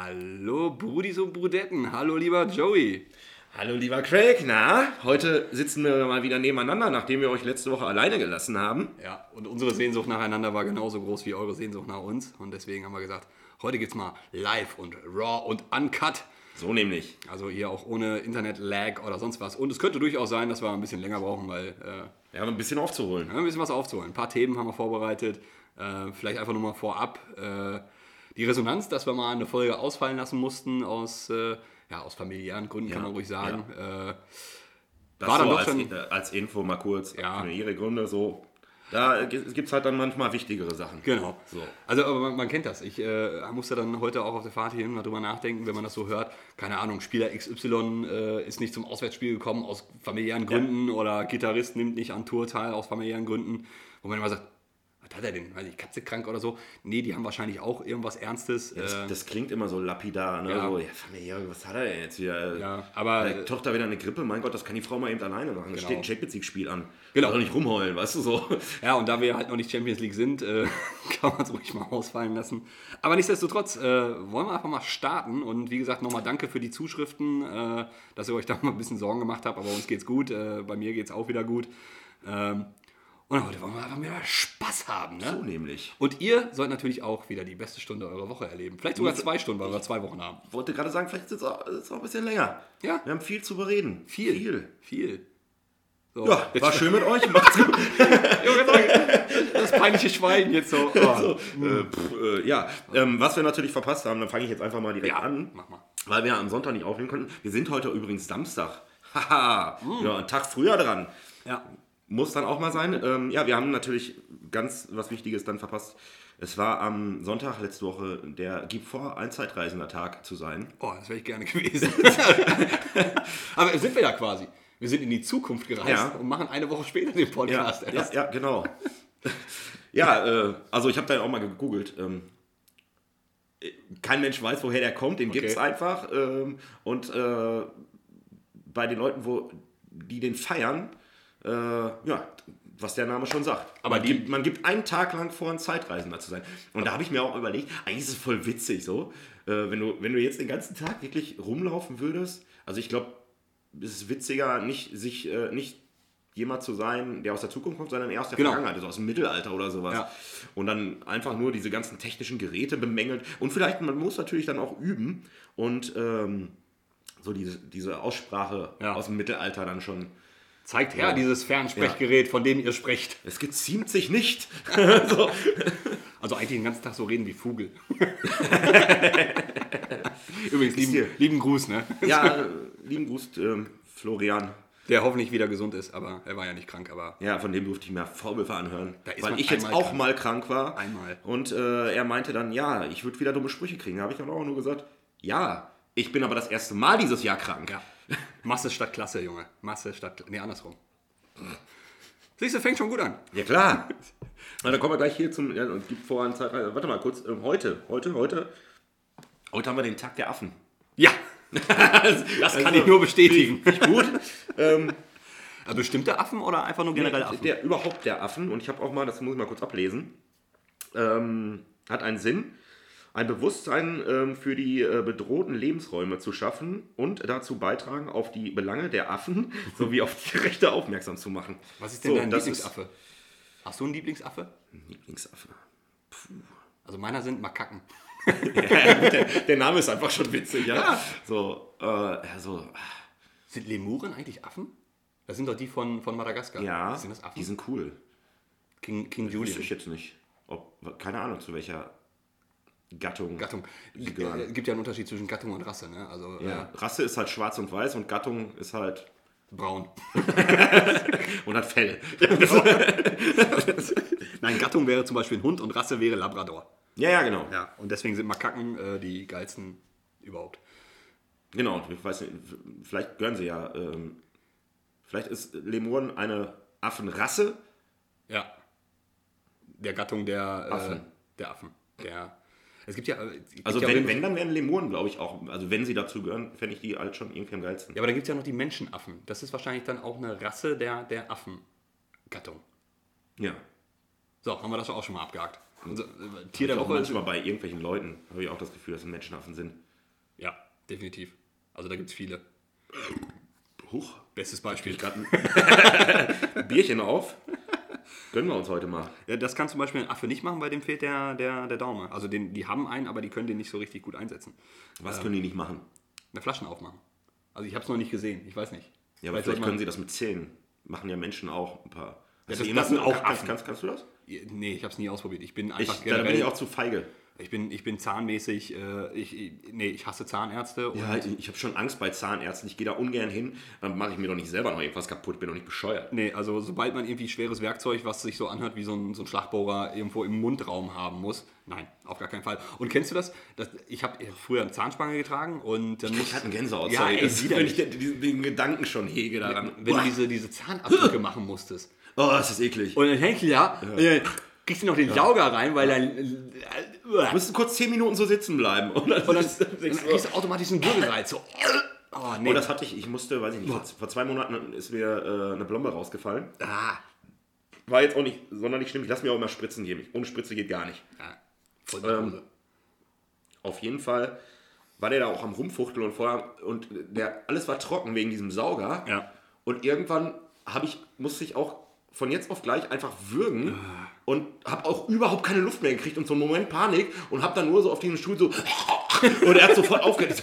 Hallo Brudis und Brudetten, hallo lieber Joey. Hallo lieber Craig, na? Heute sitzen wir mal wieder nebeneinander, nachdem wir euch letzte Woche alleine gelassen haben. Ja, und unsere Sehnsucht nacheinander war genauso groß wie eure Sehnsucht nach uns. Und deswegen haben wir gesagt, heute geht's mal live und raw und uncut. So nämlich. Also hier auch ohne Internet-Lag oder sonst was. Und es könnte durchaus sein, dass wir ein bisschen länger brauchen, weil Wir haben ein bisschen aufzuholen. ein bisschen was aufzuholen. Ein paar Themen haben wir vorbereitet. Vielleicht einfach nur mal vorab. Die Resonanz, dass wir mal eine Folge ausfallen lassen mussten aus familiären Gründen, kann man ruhig sagen. Das war dann so doch schon als Info mal kurz. Ja. Familiäre Gründe, so. Da gibt es halt dann manchmal wichtigere Sachen. Genau. So. Also aber man kennt das. Ich musste dann heute auch auf der Fahrt hierhin mal drüber nachdenken, wenn man das so hört. Keine Ahnung, Spieler XY ist nicht zum Auswärtsspiel gekommen aus familiären Gründen oder Gitarrist nimmt nicht an Tour teil aus familiären Gründen. Wo man immer sagt, was hat er denn? Weiß ich, Katze krank oder so? Nee, die haben wahrscheinlich auch irgendwas Ernstes. Das klingt immer so lapidar, ne? Ja. So, Familie, was hat er denn jetzt wieder? Ja, aber Die Tochter wieder eine Grippe, mein Gott, das kann die Frau mal eben alleine machen. Da Genau. steht ein Champions League-Spiel an. Genau. Soll doch nicht rumheulen, weißt du so. ja, und da wir halt noch nicht Champions League sind, kann man es ruhig mal ausfallen lassen. Aber nichtsdestotrotz wollen wir einfach mal starten. Und wie gesagt, nochmal danke für die Zuschriften, dass ihr euch da mal ein bisschen Sorgen gemacht habt. Aber uns geht's gut, bei mir geht's auch wieder gut. Und heute wollen wir einfach mehr Spaß haben. Ne? So nämlich. Und ihr sollt natürlich auch wieder die beste Stunde eurer Woche erleben. Vielleicht sogar 2 Stunden, weil wir 2 Wochen haben. Ich wollte gerade sagen, vielleicht ist es auch ein bisschen länger. Ja. Wir haben viel zu bereden. Viel. So. Ja, war schön mit euch. Macht's gut. Das peinliche Schweigen jetzt so. Oh. Was wir natürlich verpasst haben, dann fange ich jetzt einfach mal direkt an. Mach mal. Weil wir am Sonntag nicht aufnehmen konnten. Wir sind heute übrigens Samstag. Haha, ja, einen Tag früher dran. Ja. Muss dann auch mal sein. Wir haben natürlich ganz was Wichtiges dann verpasst. Es war am Sonntag letzte Woche, der gibt vor, ein Zeitreisender-Tag zu sein. Oh, das wäre ich gerne gewesen. Aber sind wir ja quasi. Wir sind in die Zukunft gereist und machen eine Woche später den Podcast erst. Ja, genau. Also ich habe da auch mal gegoogelt. Kein Mensch weiß, woher der kommt, den gibt es einfach. Bei den Leuten, die den feiern, was der Name schon sagt. Aber man gibt einen Tag lang vor, ein Zeitreisender zu sein. Und da habe ich mir auch überlegt, eigentlich ist es voll witzig so, wenn du jetzt den ganzen Tag wirklich rumlaufen würdest. Also ich glaube, es ist witziger, nicht jemand zu sein, der aus der Zukunft kommt, sondern eher aus der Vergangenheit, also aus dem Mittelalter oder sowas. Ja. Und dann einfach nur diese ganzen technischen Geräte bemängelt. Und vielleicht, man muss natürlich dann auch üben und so diese Aussprache aus dem Mittelalter dann schon. Zeigt her, dieses Fernsprechgerät, von dem ihr sprecht. Es geziemt sich nicht. So. Also eigentlich den ganzen Tag so reden wie Vogel. Übrigens, lieben Gruß, ne? Ja, lieben Gruß, Florian. Der hoffentlich wieder gesund ist, aber er war ja nicht krank. Aber ja, von dem durfte ich mir Vorwürfe anhören. Weil ich jetzt auch mal krank war. Einmal. Und er meinte dann, ja, ich würde wieder dumme Sprüche kriegen. Da habe ich dann auch nur gesagt, ja, ich bin aber das erste Mal dieses Jahr krank. Ja. Masse statt Klasse, Junge. Masse statt... Nee, andersrum. Siehst du, fängt schon gut an. Ja, klar. Na, dann kommen wir gleich hier zum... Ja, und gibt vor einer Zeit... Warte mal kurz. Heute haben wir den Tag der Affen. Ja. Das kann ich nur bestätigen. Finde ich gut. Bestimmte Affen oder einfach nur generell Affen? Überhaupt der Affen. Und ich habe auch mal, das muss ich mal kurz ablesen, hat einen Sinn, ein Bewusstsein für die bedrohten Lebensräume zu schaffen und dazu beitragen, auf die Belange der Affen sowie auf die Rechte aufmerksam zu machen. Was ist denn dein Lieblingsaffe? Hast du einen Lieblingsaffe? Lieblingsaffe? Puh. Also meiner sind Makaken. Der Name ist einfach schon witzig, ja. Sind Lemuren eigentlich Affen? Das sind doch die von Madagaskar. Ja, sind das Affen? die sind cool. King Julian. Wüsste ich jetzt nicht. Keine Ahnung, zu welcher Gattung. Es gibt ja einen Unterschied zwischen Gattung und Rasse. Ne? Also, Rasse ist halt schwarz und weiß und Gattung ist halt... braun. Und hat Fell. Nein, Gattung wäre zum Beispiel ein Hund und Rasse wäre Labrador. Ja, genau. Ja, und deswegen sind Makaken die geilsten überhaupt. Genau, ich weiß nicht, vielleicht gehören sie ja... vielleicht ist Lemuren eine Affenrasse. Ja. Der Gattung der Affen. Es gibt ja... wenn, dann wären Lemuren, glaube ich, auch... Also wenn sie dazu gehören, fände ich die halt schon irgendwie am geilsten. Ja, aber da gibt es ja noch die Menschenaffen. Das ist wahrscheinlich dann auch eine Rasse der Affengattung. Ja. So, haben wir das auch schon mal abgehakt. Tier der Auch Woche. manchmal bei irgendwelchen Leuten habe ich auch das Gefühl, dass es Menschenaffen sind. Ja, definitiv. Also da gibt es viele. Huch. Bestes Beispiel. Gerade ein Bierchen auf. Gönnen wir uns heute mal. Ja, das kann zum Beispiel ein Affe nicht machen, weil dem fehlt der Daumen. Also die haben einen, aber die können den nicht so richtig gut einsetzen. Was können die nicht machen? Eine Flaschen aufmachen. Also ich habe es noch nicht gesehen, ich weiß nicht. Ja, aber vielleicht können sie das mit Zähnen. Machen ja Menschen auch ein paar. Ja, das sind auch Affen. Kannst du das? Nee, ich habe es nie ausprobiert. Ich bin einfach Da bin ich auch zu feige. Ich bin zahnmäßig, ich hasse Zahnärzte. Und Ja, ich habe schon Angst bei Zahnärzten. Ich gehe da ungern hin. Dann mache ich mir doch nicht selber noch irgendwas kaputt. Bin doch nicht bescheuert. Nee, also sobald man irgendwie schweres Werkzeug, was sich so anhört wie so ein Schlagbohrer, irgendwo im Mundraum haben muss. Nein, auf gar keinen Fall. Und kennst du das? Ich habe früher eine Zahnspange getragen und dann Ich hatte einen Gänsehaut. Ja, sorry. ey, Wenn ich den Gedanken schon hege daran. wenn du diese Zahnabdrücke machen musstest. Oh, das ist eklig. Und dann hängst du da, und dann kriegst du noch den Sauger rein, weil dann... Du musst kurz 10 Minuten so sitzen bleiben. Und dann kriegst du automatisch einen Würgereiz. So. Oh, nee. Oh, das hatte ich. Ich musste, weiß ich nicht, vor 2 Monaten ist mir eine Blombe rausgefallen. War jetzt auch nicht sonderlich schlimm. Ich lasse mir auch immer Spritzen geben. Ohne Spritze geht gar nicht. Ja, voll die Hose. Auf jeden Fall war der da auch am Rumfuchteln und alles war trocken wegen diesem Sauger. Ja. Und irgendwann musste ich auch von jetzt auf gleich einfach würgen und habe auch überhaupt keine Luft mehr gekriegt und so einen Moment Panik und habe dann nur so auf diesen Stuhl so und er hat sofort aufgehört.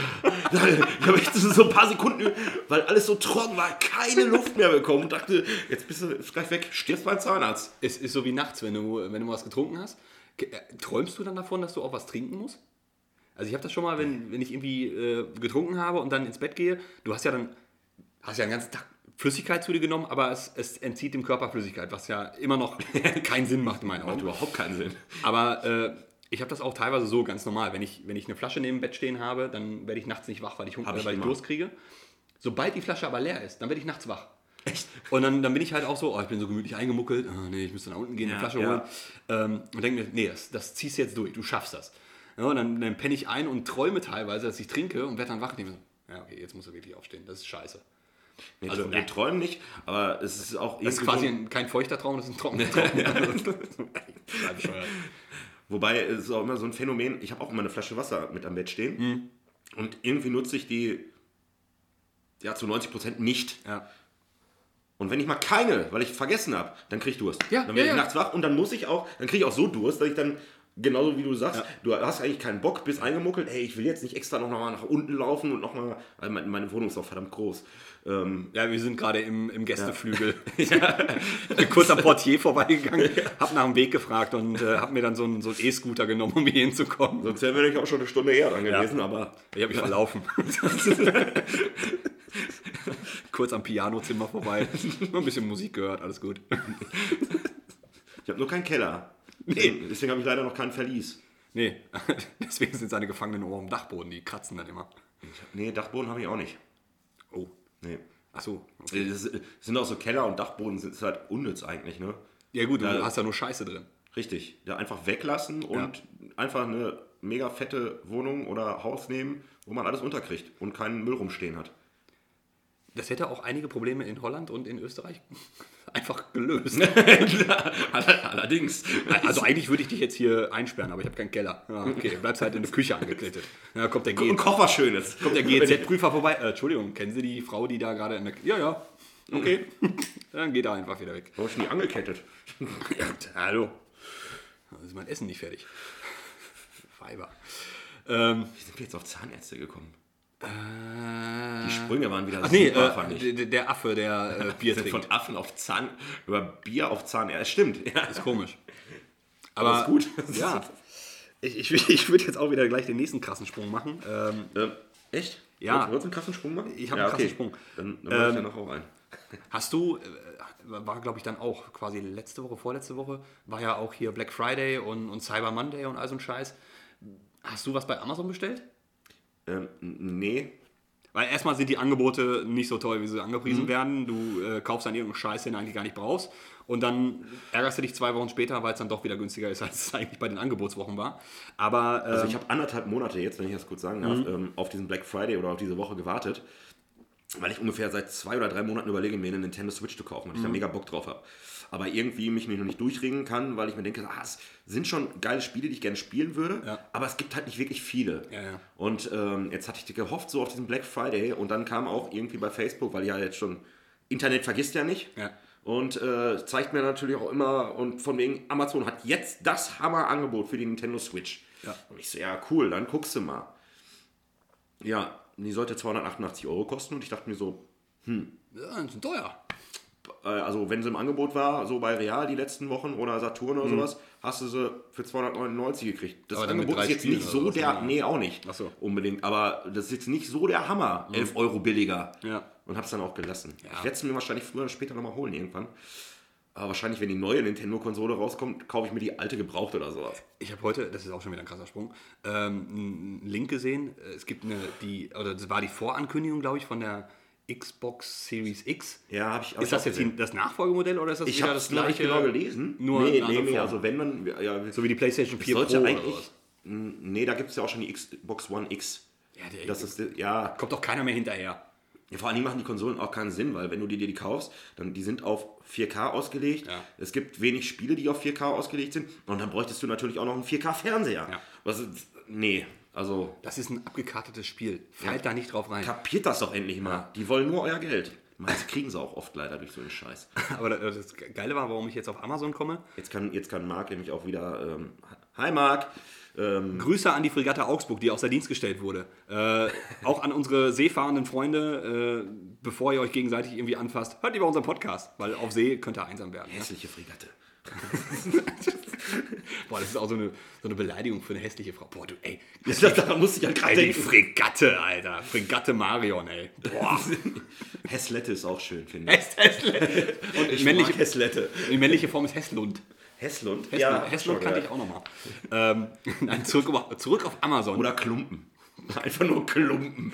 Ich habe echt so ein paar Sekunden, weil alles so trocken war, keine Luft mehr bekommen und dachte, jetzt bist du gleich weg, stirbst beim Zahnarzt. Es ist so wie nachts, wenn du was getrunken hast. Träumst du dann davon, dass du auch was trinken musst? Also ich habe das schon mal, wenn ich irgendwie getrunken habe und dann ins Bett gehe, du hast ja den ganzen Tag Flüssigkeit zu dir genommen, aber es entzieht dem Körper Flüssigkeit, was ja immer noch keinen Sinn macht in meinen Augen. Macht überhaupt keinen Sinn. Aber ich habe das auch teilweise so ganz normal. Wenn ich eine Flasche neben dem Bett stehen habe, dann werde ich nachts nicht wach, weil ich Durst kriege. Sobald die Flasche aber leer ist, dann werde ich nachts wach. Echt? Und dann bin ich halt auch so, ich bin so gemütlich eingemuckelt, ich müsste nach unten gehen, eine Flasche holen. Und denke mir, nee, das ziehst du jetzt durch, du schaffst das. Ja, und dann penne ich ein und träume teilweise, dass ich trinke und werde dann wach und denke mir so, ja okay, jetzt muss er wirklich aufstehen, das ist scheiße. Nee, also wir träumen nicht, aber es ist auch... Das ist quasi kein feuchter Traum, das ist ein trockener Traum. Wobei, es ist auch immer so ein Phänomen, ich habe auch immer eine Flasche Wasser mit am Bett stehen und irgendwie nutze ich die zu 90% nicht. Ja. Und wenn ich mal keine, weil ich vergessen habe, dann kriege ich Durst. Ja, dann werde ich nachts wach und dann kriege ich auch so Durst, dass ich dann, genauso wie du sagst, du hast eigentlich keinen Bock, bist eingemuckelt, ich will jetzt nicht extra noch mal nach unten laufen und nochmal, also meine Wohnung ist auch verdammt groß. Wir sind gerade im Gästeflügel. Ich bin kurz am Portier vorbeigegangen, habe nach dem Weg gefragt und habe mir dann so einen E-Scooter genommen, um hier hinzukommen. Sonst wären wir nämlich auch schon eine Stunde eher dran gewesen, aber... Ich habe mich verlaufen. Kurz am Pianozimmer vorbei, nur ein bisschen Musik gehört, alles gut. Ich habe nur keinen Keller. Nee. Deswegen habe ich leider noch keinen Verlies. Nee, deswegen sind seine Gefangenen nur am Dachboden, die kratzen dann immer. Nee, Dachboden habe ich auch nicht. Oh. Nee. Ach so. Okay. Es sind auch so Keller und Dachboden, sind halt unnütz eigentlich, ne? Ja gut, du hast ja nur Scheiße drin. Richtig. Ja, einfach weglassen und einfach eine mega fette Wohnung oder Haus nehmen, wo man alles unterkriegt und keinen Müll rumstehen hat. Das hätte auch einige Probleme in Holland und in Österreich einfach gelöst. Allerdings. Also eigentlich würde ich dich jetzt hier einsperren, aber ich habe keinen Keller. Ja, okay, du bleibst halt in der Küche angekettet. Ja, kommt der Ein Koch was Schönes. Kommt der GEZ-Prüfer vorbei. Entschuldigung, kennen Sie die Frau, die da gerade in der... Ja. Okay. Dann geht er einfach wieder weg. Warum ist schon die angekettet? Ja, hallo. Da ist mein Essen nicht fertig. Weiber. Wie sind wir jetzt auf Zahnärzte gekommen? Die Sprünge waren wieder super, fand ich. Der Affe, der Bier trinkt. Von Affen auf über Bier auf Zahnärzte. Stimmt. Ja. Ist komisch. Aber ist gut. Ja. Ich würde jetzt auch wieder gleich den nächsten krassen Sprung machen. Echt? Ja. Wolltest du einen krassen Sprung machen? Ich habe einen krassen Sprung. Dann mache ich ja noch auch einen. Hast du, war glaube ich dann auch quasi vorletzte Woche, war ja auch hier Black Friday und Cyber Monday und all so ein Scheiß. Hast du was bei Amazon bestellt? Nee. Weil erstmal sind die Angebote nicht so toll, wie sie angepriesen werden. Du kaufst dann irgendeinen Scheiß, den du eigentlich gar nicht brauchst. Und dann ärgerst du dich 2 Wochen später, weil es dann doch wieder günstiger ist, als es eigentlich bei den Angebotswochen war. Aber, also ich habe 1,5 Monate jetzt, wenn ich das kurz sagen darf, auf diesen Black Friday oder auf diese Woche gewartet. weil ich ungefähr seit 2 oder 3 Monaten überlege, mir eine Nintendo Switch zu kaufen, weil ich da mega Bock drauf habe. Aber irgendwie mich noch nicht durchringen kann, weil ich mir denke, es sind schon geile Spiele, die ich gerne spielen würde, aber es gibt halt nicht wirklich viele. Ja. Und jetzt hatte ich gehofft, so auf diesen Black Friday, und dann kam auch irgendwie bei Facebook, weil ja jetzt schon, Internet vergisst ja nicht, und zeigt mir natürlich auch immer, und von wegen Amazon hat jetzt das Hammer-Angebot für die Nintendo Switch. Ja. Und ich so, ja cool, dann guckst du mal. Ja, die sollte 288 € kosten und ich dachte mir so, ja, das ist teuer. Also wenn sie im Angebot war, so bei Real die letzten Wochen oder Saturn oder sowas, hast du sie für 299 gekriegt. Das Angebot ist jetzt nicht so der, nee, auch nicht unbedingt, aber das ist jetzt nicht so der Hammer, 11 € billiger. Ja. Und hab's dann auch gelassen. Ja. Ich werde es mir wahrscheinlich früher oder später nochmal holen irgendwann. Aber wahrscheinlich, wenn die neue Nintendo-Konsole rauskommt, kaufe ich mir die alte gebraucht oder sowas. Ich habe heute, das ist auch schon wieder ein krasser Sprung, einen Link gesehen. Es gibt das war die Vorankündigung, glaube ich, von der Xbox Series X. Ja, habe ich auch. Ist das jetzt das Nachfolgemodell oder ist das wieder das gleiche? Ich habe es nicht genau gelesen. Nee, also wenn man... Ja, so wie die PlayStation 4 Pro oder sowas. Nee, da gibt es ja auch schon die Xbox One X. Ja, kommt doch keiner mehr hinterher. Ja, vor allem machen die Konsolen auch keinen Sinn, weil wenn du dir die kaufst, dann die sind auf 4K ausgelegt. Ja. Es gibt wenig Spiele, die auf 4K ausgelegt sind. Und dann bräuchtest du natürlich auch noch einen 4K-Fernseher. Ja. Also... Das ist ein abgekartetes Spiel. Fallt da nicht drauf rein. Kapiert das doch endlich mal. Ja. Die wollen nur euer Geld. Das kriegen sie auch oft leider durch so einen Scheiß. Aber das Geile war, warum ich jetzt auf Amazon komme. Jetzt kann Marc nämlich auch wieder... Hi Marc! Grüße an die Fregatte Augsburg, die außer Dienst gestellt wurde. Auch an unsere seefahrenden Freunde, bevor ihr euch gegenseitig irgendwie anfasst, hört lieber unseren Podcast, weil auf See könnt ihr einsam werden. Hässliche Fregatte. Boah, das ist auch so eine Beleidigung für eine hässliche Frau. Boah, du, ey. Da muss ich ja gerade denken. Die Fregatte, Alter. Fregatte Marion, ey. Boah. Häslette ist auch schön, finde ich. Häslette. Und ich mag Häslette. Die männliche Form ist Häslund. Häslund? Ja, Häslund kannte ich auch nochmal. Nein, zurück auf Amazon. Oder Klumpen. Einfach nur Klumpen.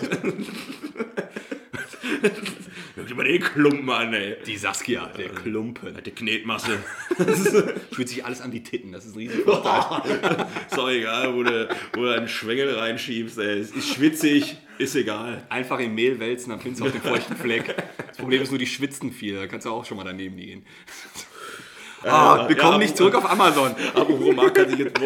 Hört dir mal den Klumpen an, ey. Die Saskia, der Klumpen. Die Knetmasse. Fühlt sich alles an wie Titten, das ist ein riesiger Vorteil. Ist doch egal, wo du einen Schwengel reinschiebst, ey. Es ist schwitzig, ist egal. Einfach in Mehl wälzen, dann findest du auch den feuchten Fleck. Das Problem ist nur, die schwitzen viel, da kannst du auch schon mal daneben liegen. Wir kommen nicht zurück auf Amazon. Apropos Marc kann sich jetzt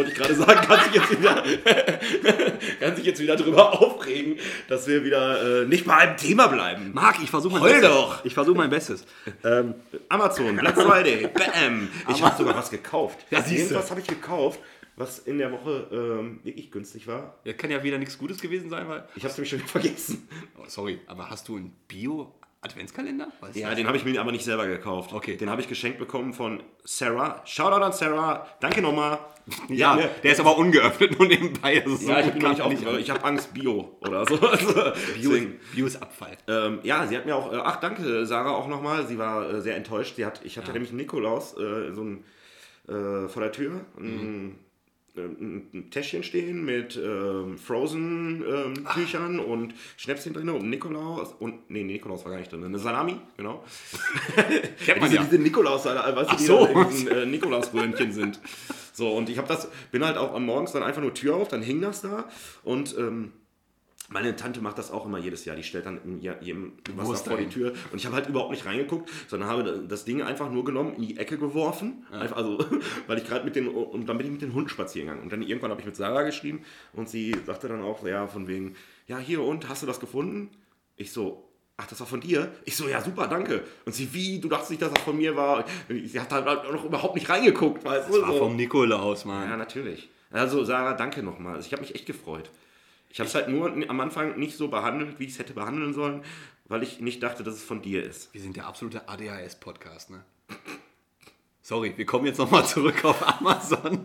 wieder drüber aufregen, dass wir wieder nicht bei einem Thema bleiben. Marc, ich versuche mein Bestes. Doch. Ich versuche mein Bestes. Amazon, Black Friday, bam. Ich habe sogar was gekauft. Ja, irgendwas habe ich gekauft, was in der Woche wirklich günstig war. Ja, kann ja wieder nichts Gutes gewesen sein, weil... Ich habe es nämlich schon wieder vergessen. Oh, sorry, aber hast du ein Bio-Adventskalender? Ja, den habe ich mir aber nicht selber gekauft. Okay. Den habe ich geschenkt bekommen von Sarah. Shoutout an Sarah. Danke nochmal. Ja, der ist aber ungeöffnet nur nebenbei. Das ist ja, ich habe ihn nicht ich habe Angst, Bio oder so. Bio ist Abfall. Ja, sie hat mir auch, danke Sarah auch nochmal. Sie war sehr enttäuscht. Ich hatte nämlich einen Nikolaus vor der Tür. Ein Täschchen stehen mit Frozen-Tüchern und Schnäpschen drin und Nikolaus. Nikolaus war gar nicht drin. Eine Salami, genau. Kennt man diese Nikolaus, weißt du, die da in diesen Nikolausröhrchen sind. So, und ich bin halt auch am Morgens dann einfach nur Tür auf, dann hing das da und meine Tante macht das auch immer jedes Jahr. Die stellt dann jedem was vor die Tür. Und ich habe halt überhaupt nicht reingeguckt, sondern habe das Ding einfach nur genommen, in die Ecke geworfen. Ja. Einfach, weil ich gerade und dann bin ich mit den Hunden spazieren gegangen. Und dann irgendwann habe ich mit Sarah geschrieben und sie sagte dann auch, ja, von wegen, ja, hier und, hast du das gefunden? Ich so, ach, das war von dir? Ich so, ja, super, danke. Und sie, wie, du dachtest nicht, dass das von mir war? Sie hat halt noch überhaupt nicht reingeguckt. Weißt du? Das war vom Nikolaus, Mann. Ja, natürlich. Also, Sarah, danke nochmal. Also, ich habe mich echt gefreut. Ich habe es halt nur am Anfang nicht so behandelt, wie ich es hätte behandeln sollen, weil ich nicht dachte, dass es von dir ist. Wir sind der absolute ADHS-Podcast, ne? Sorry, wir kommen jetzt nochmal zurück auf Amazon.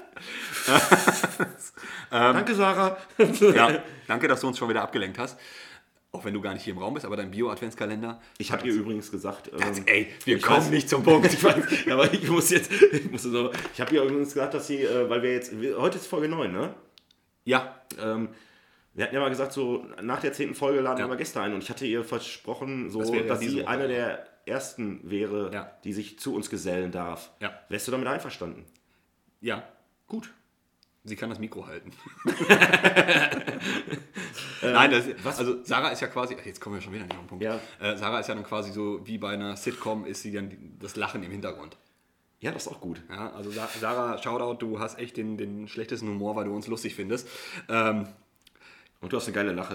Danke, Sarah. Ja, danke, dass du uns schon wieder abgelenkt hast. Auch wenn du gar nicht hier im Raum bist, aber dein Bio-Adventskalender. Ich habe ihr übrigens gesagt... wir kommen nicht zum Punkt. Ich weiß, aber ich habe ihr übrigens gesagt, dass sie, weil heute ist Folge 9, ne? Ja. Wir hatten ja mal gesagt, so nach der 10. Folge laden wir mal Gäste ein und ich hatte ihr versprochen, dass sie eine der ersten wäre, die sich zu uns gesellen darf. Ja. Wärst du damit einverstanden? Ja, gut. Sie kann das Mikro halten. Nein, also Sarah ist ja quasi, jetzt kommen wir schon wieder nicht auf den Punkt. Ja. Sarah ist ja dann quasi so, wie bei einer Sitcom, ist sie dann das Lachen im Hintergrund. Ja, das ist auch gut. Ja, also Sarah, Shoutout, du hast echt den schlechtesten Humor, weil du uns lustig findest. Und du hast eine geile Lache.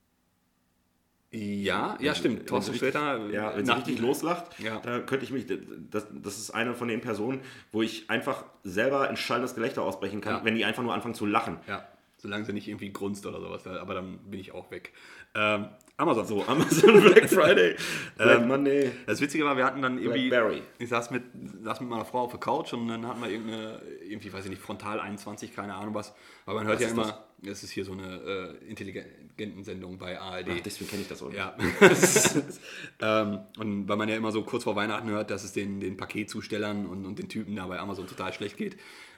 Ja, stimmt. Thorsten Sträter. Ja, wenn sie richtig loslacht, Ja. da könnte ich mich, das ist eine von den Personen, wo ich einfach selber in schallendes Gelächter ausbrechen kann, Ja. wenn die einfach nur anfangen zu lachen. Ja, solange sie nicht irgendwie grunzt oder sowas, aber dann bin ich auch weg. Amazon. So, Amazon Black Friday, Black Monday. Das Witzige war, wir hatten dann irgendwie, Blackberry. ich saß mit meiner Frau auf der Couch und dann hatten wir irgendwie, weiß ich nicht, Frontal 21, keine Ahnung was. Aber man hört Was ja ist immer, das ist hier so eine intelligenten Sendung bei ARD. Ach, deswegen kenne ich das auch nicht. Ja. Und weil man ja immer so kurz vor Weihnachten hört, dass es den Paketzustellern und den Typen da bei Amazon total schlecht geht.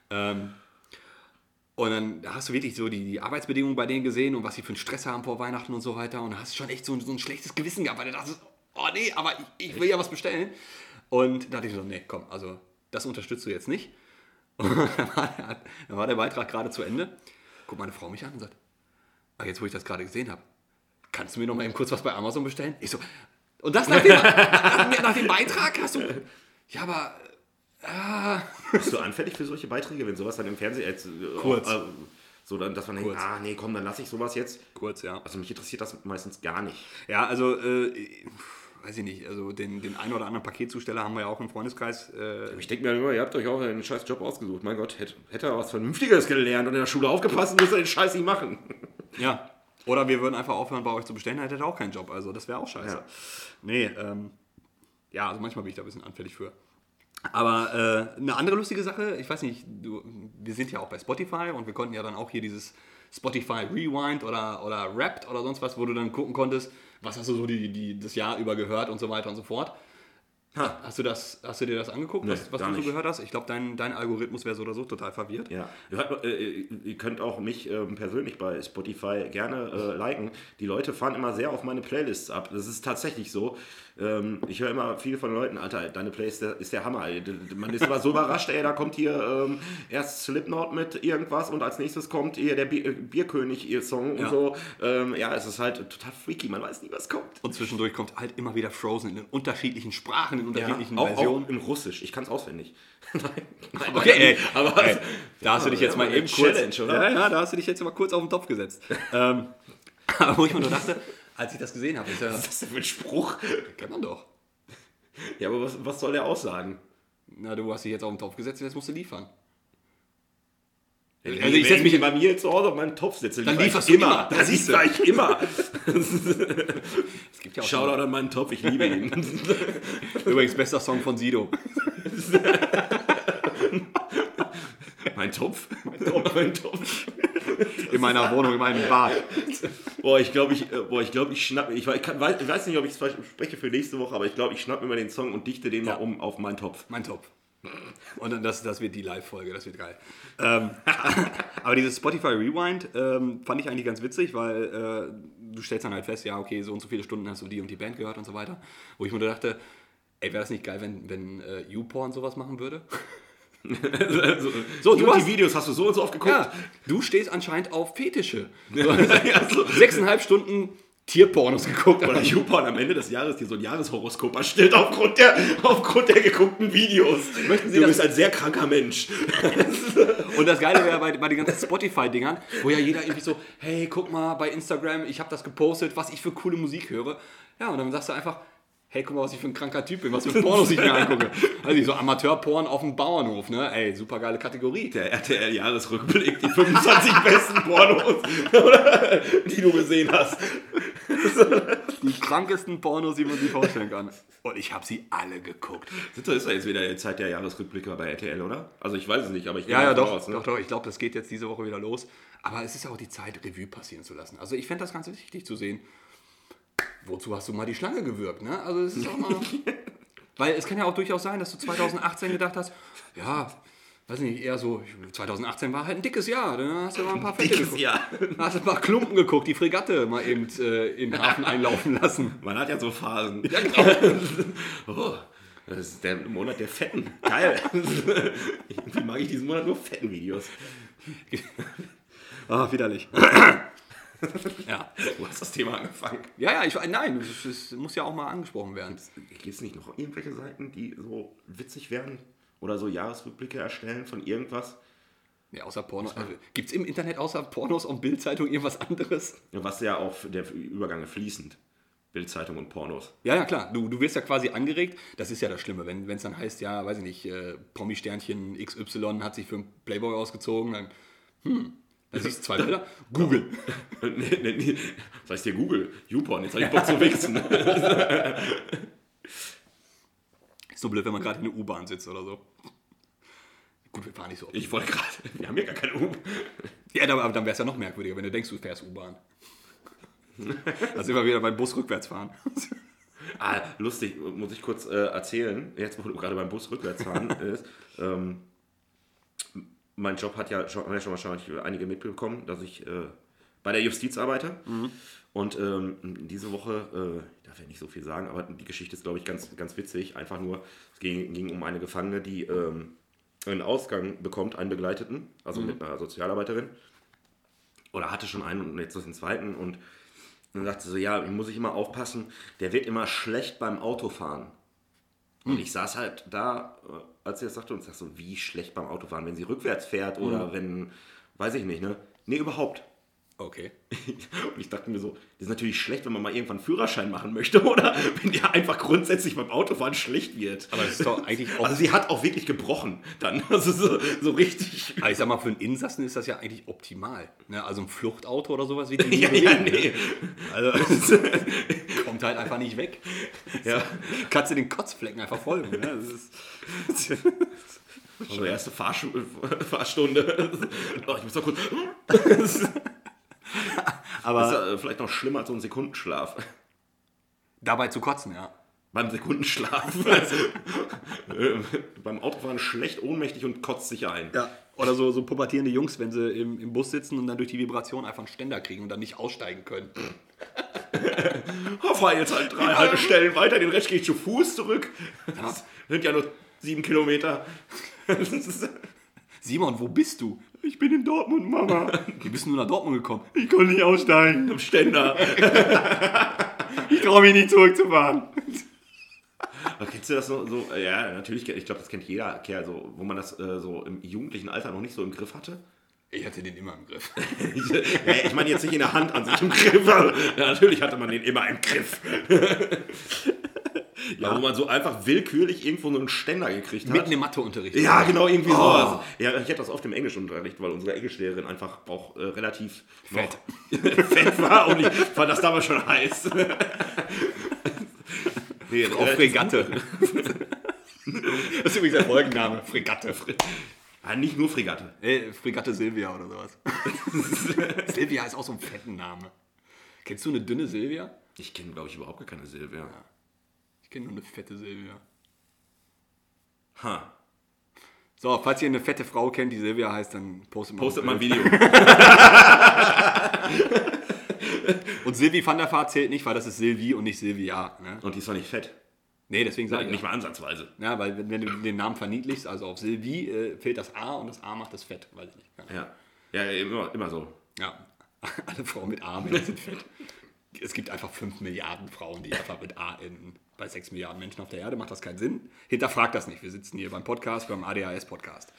Und dann hast du wirklich so die Arbeitsbedingungen bei denen gesehen und was sie für einen Stress haben vor Weihnachten und so weiter. Und da hast du schon echt so ein schlechtes Gewissen gehabt, weil du dachtest, oh nee, aber ich will ja was bestellen. Und da dachte ich so, nee, komm, also das unterstützt du jetzt nicht. Und dann war der Beitrag gerade zu Ende. Guckt meine Frau mich an und sagt, jetzt wo ich das gerade gesehen habe, kannst du mir noch mal eben kurz was bei Amazon bestellen? Ich so, und das nach dem Beitrag hast du, ja, aber... Bist du anfällig für solche Beiträge, wenn sowas dann im Fernsehen Kurz. So dann, dass man denkt, nee, komm, dann lasse ich sowas jetzt. Kurz, ja. Also mich interessiert das meistens gar nicht. Ja, also, weiß ich nicht, also den einen oder anderen Paketzusteller haben wir ja auch im Freundeskreis. Ich denke mir immer, ihr habt euch auch einen scheiß Job ausgesucht. Mein Gott, hätte er was Vernünftiges gelernt und in der Schule aufgepasst, müsste er den Scheiß nicht machen. Ja. Oder wir würden einfach aufhören, bei euch zu bestellen, dann hättet ihr auch keinen Job. Also das wäre auch scheiße. Ja. Nee, ja, also manchmal bin ich da ein bisschen anfällig für. Aber eine andere lustige Sache, ich weiß nicht, wir sind ja auch bei Spotify und wir konnten ja dann auch hier dieses Spotify Rewind oder Wrapped oder sonst was, wo du dann gucken konntest, was hast du so das Jahr über gehört und so weiter und so fort. Hast du dir das angeguckt, Nee, was gar du so nicht. gehört hast? Ich glaube, dein Algorithmus wäre so oder so total verwirrt. Ja, ihr könnt auch mich persönlich bei Spotify gerne liken. Die Leute fahren immer sehr auf meine Playlists ab. Das ist tatsächlich so. Ich höre immer viel von Leuten, Alter, deine Playlist ist der Hammer. Man ist immer so überrascht, da kommt hier erst Slipknot mit irgendwas und als nächstes kommt hier der Bierkönig, ihr Song und so. Es ist halt total freaky, man weiß nie, was kommt. Und zwischendurch kommt halt immer wieder Frozen in den unterschiedlichen Sprachen, in unterschiedlichen auch Versionen. in Russisch. Ich kann es auswendig. Nein, Okay, ey, aber ey, da hast du dich jetzt mal eben kurz... Challenge, oder? Ja, da hast du dich jetzt mal kurz auf den Topf gesetzt. Aber wo ich mir nur dachte, als ich das gesehen habe, ist ja... Was ist das denn für ein Spruch? Kennt man doch. Ja, aber was soll der aussagen? Na, du hast dich jetzt auf den Topf gesetzt und jetzt musst du liefern. Also ich setz mich bei mir zu Hause auf meinen Topf setze, Dann lieferst ich du immer. Das liefere ich immer. Es gibt ja auch Shoutout an meinen Topf, ich liebe ihn. übrigens bester Song von Sido. Mein Topf? Mein Topf. In meiner Wohnung, in meinem Bad. Ich glaube, ich schnappe. Ich weiß nicht, ob ich es spreche für nächste Woche, aber ich glaube, ich schnappe mir mal den Song und dichte den mal um auf meinen Topf. Mein Topf. Und dann das wird die Live-Folge, das wird geil. Aber dieses Spotify Rewind fand ich eigentlich ganz witzig, weil du stellst dann halt fest, ja, okay, so und so viele Stunden hast du die und die Band gehört und so weiter. Wo ich mir dachte, ey, wäre das nicht geil, wenn YouPorn sowas machen würde? So, die Videos hast du so und so oft geguckt. Ja, du stehst anscheinend auf Fetische. Du hast 6,5 Stunden Tierpornos geguckt. Oder YouPorn am Ende des Jahres dir so ein Jahreshoroskop erstellt aufgrund der geguckten Videos. Du bist ein sehr kranker Mensch. Und das Geile wäre bei den ganzen Spotify-Dingern, wo ja jeder irgendwie so, hey, guck mal bei Instagram, ich habe das gepostet, was ich für coole Musik höre. Ja, und dann sagst du einfach, hey, guck mal, was ich für ein kranker Typ bin, was für Pornos ich mir angucke. Also so Amateurporn auf dem Bauernhof, ne? Ey, super geile Kategorie. Der RTL-Jahresrückblick, die 25 besten Pornos, oder, die du gesehen hast. Die krankesten Pornos, die man sich vorstellen kann. Und ich habe sie alle geguckt. Ist ja jetzt wieder die Zeit der Jahresrückblicke bei RTL, oder? Also ich weiß es nicht, aber ich gehe Ja, davon doch, aus, ne? doch. Ich glaube, das geht jetzt diese Woche wieder los. Aber es ist auch die Zeit, Revue passieren zu lassen. Also ich fände das ganz wichtig zu sehen. Wozu hast du mal die Schlange gewürgt, ne? Also es ist auch mal... Weil es kann ja auch durchaus sein, dass du 2018 gedacht hast, ja, weiß nicht, eher so, 2018 war halt ein dickes Jahr, dann hast du mal ein paar Fette geguckt. Jahr. Dann hast du ein paar Klumpen geguckt, die Fregatte mal eben in den Hafen einlaufen lassen. Man hat ja so Phasen. Ja, genau. Oh, das ist der Monat der Fetten. Geil. Irgendwie mag ich diesen Monat nur Fetten-Videos. Ah, widerlich. Ja. Du hast das Thema angefangen. Ja, nein, es muss ja auch mal angesprochen werden. Gibt es nicht noch irgendwelche Seiten, die so witzig werden? Oder so Jahresrückblicke erstellen von irgendwas? Ja, außer Pornos. Also, gibt es im Internet außer Pornos und Bildzeitung irgendwas anderes? Was ja auch der Übergang fließend. Bildzeitung und Pornos. Ja, klar. Du wirst ja quasi angeregt. Das ist ja das Schlimme, wenn es dann heißt, ja, weiß ich nicht, Promi-Sternchen XY hat sich für einen Playboy ausgezogen, dann, da siehst du 2 Bilder. Google. Nee. Das heißt hier Google. YouPorn, jetzt habe ich Bock zu wichsen. Ist so blöd, wenn man gerade in der U-Bahn sitzt oder so. Gut, wir fahren nicht so oft. Ich wollte gerade, wir haben hier gar keine U. Ja, aber dann wäre es ja noch merkwürdiger, wenn du denkst, du fährst U-Bahn. Da sind wir wieder beim Bus rückwärts fahren. Lustig, muss ich kurz erzählen, jetzt wo du gerade beim Bus rückwärts fahren ist. Mein Job haben ja schon wahrscheinlich einige mitbekommen, dass ich bei der Justiz arbeite. Mhm. Und diese Woche, ich darf ja nicht so viel sagen, aber die Geschichte ist, glaube ich, ganz, ganz witzig. Einfach nur, es ging um eine Gefangene, die einen Ausgang bekommt, einen Begleiteten, also mit einer Sozialarbeiterin. Oder hatte schon einen und jetzt ist den zweiten. Und dann sagte sie so, ja, muss ich immer aufpassen, der wird immer schlecht beim Autofahren. Und ich saß halt da, als sie das sagte, und sagte so, wie schlecht beim Autofahren, wenn sie rückwärts fährt oder wenn, weiß ich nicht, ne? Nee, überhaupt. Okay. Und ich dachte mir so, das ist natürlich schlecht, wenn man mal irgendwann einen Führerschein machen möchte, oder? Wenn der einfach grundsätzlich beim Autofahren schlecht wird. Aber das ist doch eigentlich auch... Also sie hat auch wirklich gebrochen dann. Also so richtig... Aber ich sag mal, für einen Insassen ist das ja eigentlich optimal. Ne? Also ein Fluchtauto oder sowas wird die ja, nee. Also kommt halt einfach nicht weg. Ja. Kannst du den Kotzflecken einfach folgen. Ne? Das ist also erste Fahrstunde. Oh, ich muss doch kurz... Aber das ist ja vielleicht noch schlimmer als so ein Sekundenschlaf. Dabei zu kotzen, ja. Beim Sekundenschlaf. Beim Autofahren schlecht, ohnmächtig und kotzt sich ein. Ja. Oder so pubertierende Jungs, wenn sie im Bus sitzen und dann durch die Vibration einfach einen Ständer kriegen und dann nicht aussteigen können. Fahr jetzt halt 3 Haltestellen weiter, den Rest gehe ich zu Fuß zurück. Das sind ja nur 7 Kilometer. Simon, wo bist du? Ich bin in Dortmund, Mama. Wie bist du nach Dortmund gekommen? Ich konnte nicht aussteigen. Am Ständer. Ich traue mich nicht zurückzufahren. Kennst du das so? Ja, natürlich, ich glaube, das kennt jeder Kerl, so, wo man das so im jugendlichen Alter noch nicht so im Griff hatte. Ich hatte den immer im Griff. Ich meine jetzt nicht in der Hand an sich im Griff. Ja, natürlich hatte man den immer im Griff. Ja, wo man so einfach willkürlich irgendwo so einen Ständer gekriegt hat. Mitten im Matheunterricht. Ja, genau, irgendwie sowas. Ja, ich hatte das oft im Englischunterricht, weil unsere Englischlehrerin einfach auch relativ fett. Fett war und ich fand das damals schon heiß. Nee, Frau Fregatte. Das ist übrigens der Folgenname, Fregatte. Nicht nur Fregatte. Fregatte Silvia oder sowas. Silvia ist auch so ein fetten Name. Kennst du eine dünne Silvia? Ich kenne, glaube ich, überhaupt gar keine Silvia. Ja. Ich kenne nur eine fette Silvia. Ha. So, falls ihr eine fette Frau kennt, die Silvia heißt, dann postet mal ein Video. Und Silvi van der Vaart zählt nicht, weil das ist Silvi und nicht Silvia. Ne? Und die ist doch nicht fett. Nee, deswegen sage ich nicht mal ansatzweise. Ja, weil wenn du den Namen verniedlichst, also auf Silvi, fehlt das A und das A macht das fett. Weiß ich nicht. Ja, immer so. Ja, alle Frauen mit A sind fett. Es gibt einfach 5 Milliarden Frauen, die einfach mit A enden. Bei 6 Milliarden Menschen auf der Erde macht das keinen Sinn. Hinterfragt das nicht. Wir sitzen hier beim Podcast, beim ADHS-Podcast.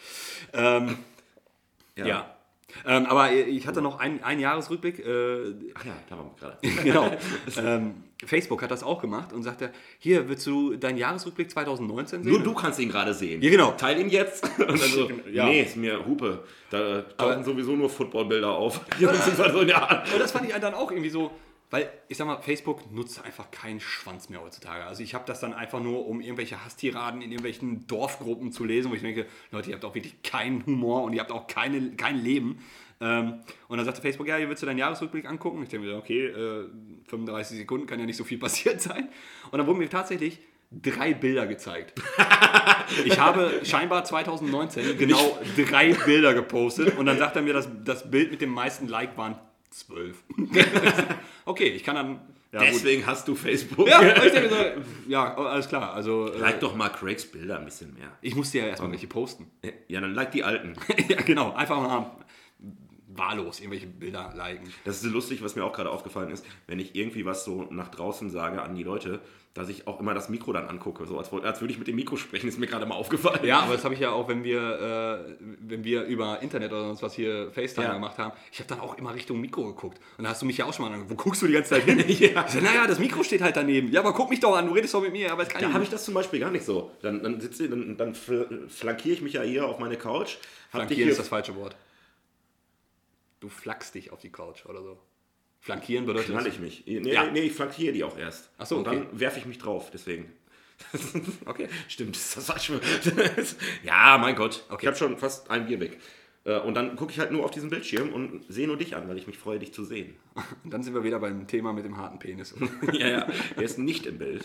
Ja. Aber ich hatte noch einen Jahresrückblick. Ach ja, da waren wir gerade. Genau. Facebook hat das auch gemacht und sagte, hier, willst du deinen Jahresrückblick 2019 sehen? Nur du kannst ihn gerade sehen. Ja, genau. Teil ihn jetzt. Und dann so, nee, ist mir Hupe. Da tauchen sowieso nur Footballbilder auf. Und das fand ich dann auch irgendwie so, weil, ich sag mal, Facebook nutzt einfach keinen Schwanz mehr heutzutage. Also ich habe das dann einfach nur, um irgendwelche Hasstiraden in irgendwelchen Dorfgruppen zu lesen, wo ich denke, Leute, ihr habt auch wirklich keinen Humor und ihr habt auch kein Leben. Und dann sagte Facebook, ja, hier willst du deinen Jahresrückblick angucken? Ich denke mir, okay, 35 Sekunden, kann ja nicht so viel passiert sein. Und dann wurden mir tatsächlich 3 Bilder gezeigt. Ich habe scheinbar 2019 genau 3 Bilder gepostet und dann sagt er mir, dass das Bild mit dem meisten Like waren 12. Okay, ich kann dann... Ja, deswegen hast du Facebook. Ja, ich denke so, ja, alles klar. Also, like doch mal Craigs Bilder ein bisschen mehr. Ich musste ja erstmal welche posten. Ja, dann like die alten. Ja, genau. Einfach mal wahllos irgendwelche Bilder liken. Das ist so lustig, was mir auch gerade aufgefallen ist, wenn ich irgendwie was so nach draußen sage an die Leute, dass ich auch immer das Mikro dann angucke, so als würde ich mit dem Mikro sprechen, ist mir gerade mal aufgefallen. Ja, aber das habe ich ja auch, wenn wir über Internet oder sonst was hier FaceTime gemacht haben, ich habe dann auch immer Richtung Mikro geguckt. Und da hast du mich ja auch schon mal angeguckt. Wo guckst du die ganze Zeit hin? Ich so, naja, das Mikro steht halt daneben. Ja, aber guck mich doch an, du redest doch mit mir. Aber da habe ich das zum Beispiel gar nicht so. Dann flankiere ich mich ja hier auf meine Couch. Flankieren ist das falsche Wort. Du flackst dich auf die Couch oder so. Flankieren bedeutet... Knall ich mich. Nee, ich flankiere die auch erst. Ach so, und dann werfe ich mich drauf, deswegen. Okay. Stimmt, ist das falsch? Ja, mein Gott. Okay. Ich habe schon fast ein Bier weg. Und dann gucke ich halt nur auf diesen Bildschirm und sehe nur dich an, weil ich mich freue, dich zu sehen. Und dann sind wir wieder beim Thema mit dem harten Penis. Ja, der ist nicht im Bild.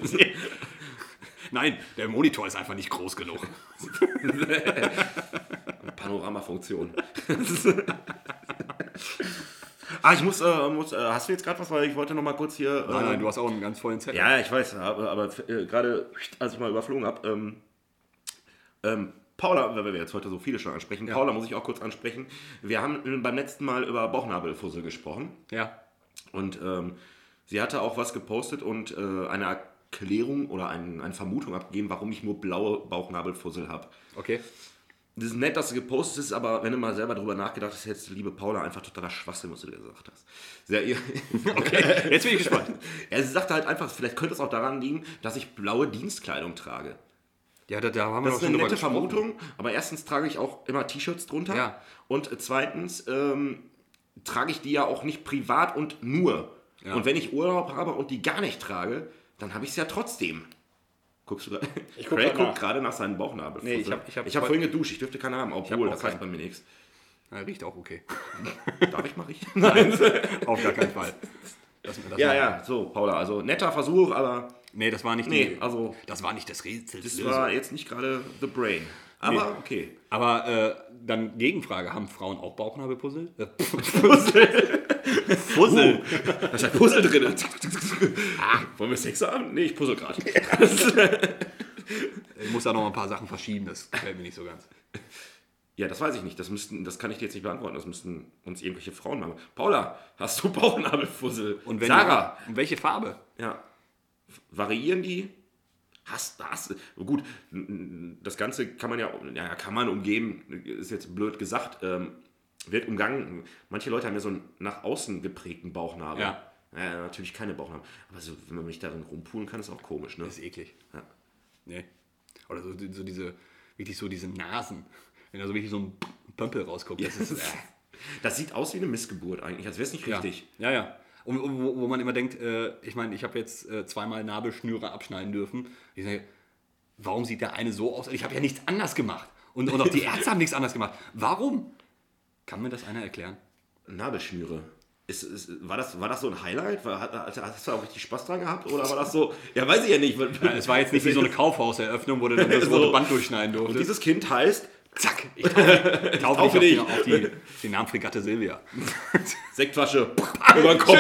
Nein, der Monitor ist einfach nicht groß genug. Panoramafunktion. Hast du jetzt gerade was, weil ich wollte noch mal kurz hier... Nein, du hast auch einen ganz vollen Zettel. Ja, ich weiß, aber gerade als ich mal überflogen habe, Paula, weil wir jetzt heute so viele schon ansprechen, Paula muss ich auch kurz ansprechen. Wir haben beim letzten Mal über Bauchnabelfussel gesprochen. Ja. Und sie hatte auch was gepostet und eine Erklärung oder eine Vermutung abgegeben, warum ich nur blaue Bauchnabelfussel habe. Okay. Das ist nett, dass du gepostet hast, aber wenn du mal selber drüber nachgedacht hast, jetzt, liebe Paula, einfach totaler Schwachsinn, was du dir gesagt hast. Okay, jetzt bin ich gespannt. Ja, sie sagte halt einfach, vielleicht könnte es auch daran liegen, dass ich blaue Dienstkleidung trage. Ja, da haben wir Das doch ist eine schon nette drüber gesprochen. Vermutung, aber erstens trage ich auch immer T-Shirts drunter. Ja. Und zweitens trage ich die ja auch nicht privat und nur. Ja. Und wenn ich Urlaub habe und die gar nicht trage, dann habe ich es ja trotzdem. Guckst du gerade? Craig guckt gerade nach seinem Bauchnabel. Nee, ich hab vorhin geduscht, ich dürfte keine haben, obwohl, das heißt bei mir nichts. Ja, riecht auch okay. Darf ich mal riechen? Nein, auf gar keinen Fall. Ja, so, Paula, also netter Versuch, aber... Nee, das war nicht das war nicht das Rätsel. Das war jetzt nicht gerade the brain. Aber okay. Aber dann Gegenfrage, haben Frauen auch Bauchnabelpuzzle? Fussel. Da ist ein Puzzle drin. Wollen wir Sex haben? Nee, ich puzzle gerade. Ich muss da noch ein paar Sachen verschieben, das gefällt mir nicht so ganz. Ja, das weiß ich nicht. Das kann ich dir jetzt nicht beantworten. Das müssten uns irgendwelche Frauen machen. Paula, hast du Bauchnabelfussel? Und Sarah. Und welche Farbe? Ja. Variieren die? Hast gut, das Ganze kann man umgeben, ist jetzt blöd gesagt, wird umgangen. Manche Leute haben ja so einen nach außen geprägten Bauchnabel. Ja. Ja, natürlich keine Bauchnabel. Aber so, wenn man mich darin rumpulen kann, ist auch komisch, ne? Das ist eklig. Ja. Nee. Oder so diese Nasen. Wenn da so wirklich so ein Pömpel rausguckt. Das sieht aus wie eine Missgeburt eigentlich, als wäre es nicht richtig. Ja. Und wo man immer denkt, ich meine, ich habe jetzt zweimal Nabelschnüre abschneiden dürfen. Ich sage, warum sieht der eine so aus? Ich habe ja nichts anders gemacht. Und auch die Ärzte haben nichts anders gemacht. Warum? Kann mir das einer erklären? Nabelschnüre. War das so ein Highlight? Hast du auch richtig Spaß dran gehabt? Oder war das so, ja, weiß ich ja nicht. Ja, es war jetzt nicht wie so eine Kaufhauseröffnung, wo du dann das rote Band durchschneiden durftest. Und dieses Kind heißt... Zack, ich taufe dich auf den Namen Fregatte Silvia. Sektflasche über den Kopf.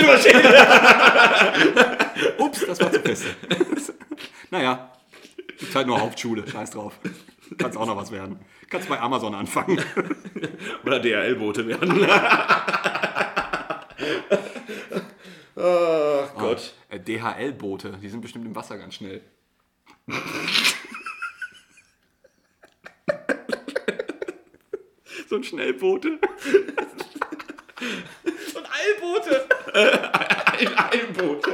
Ups, das war zu fest. Naja, ist halt nur Hauptschule, scheiß drauf. Kannst auch noch was werden. Kannst bei Amazon anfangen. Oder DHL-Bote werden. Oh Gott. DHL-Boote, die sind bestimmt im Wasser ganz schnell. So ein Schnellboote. So ein Eilbote. Ein Eilbote.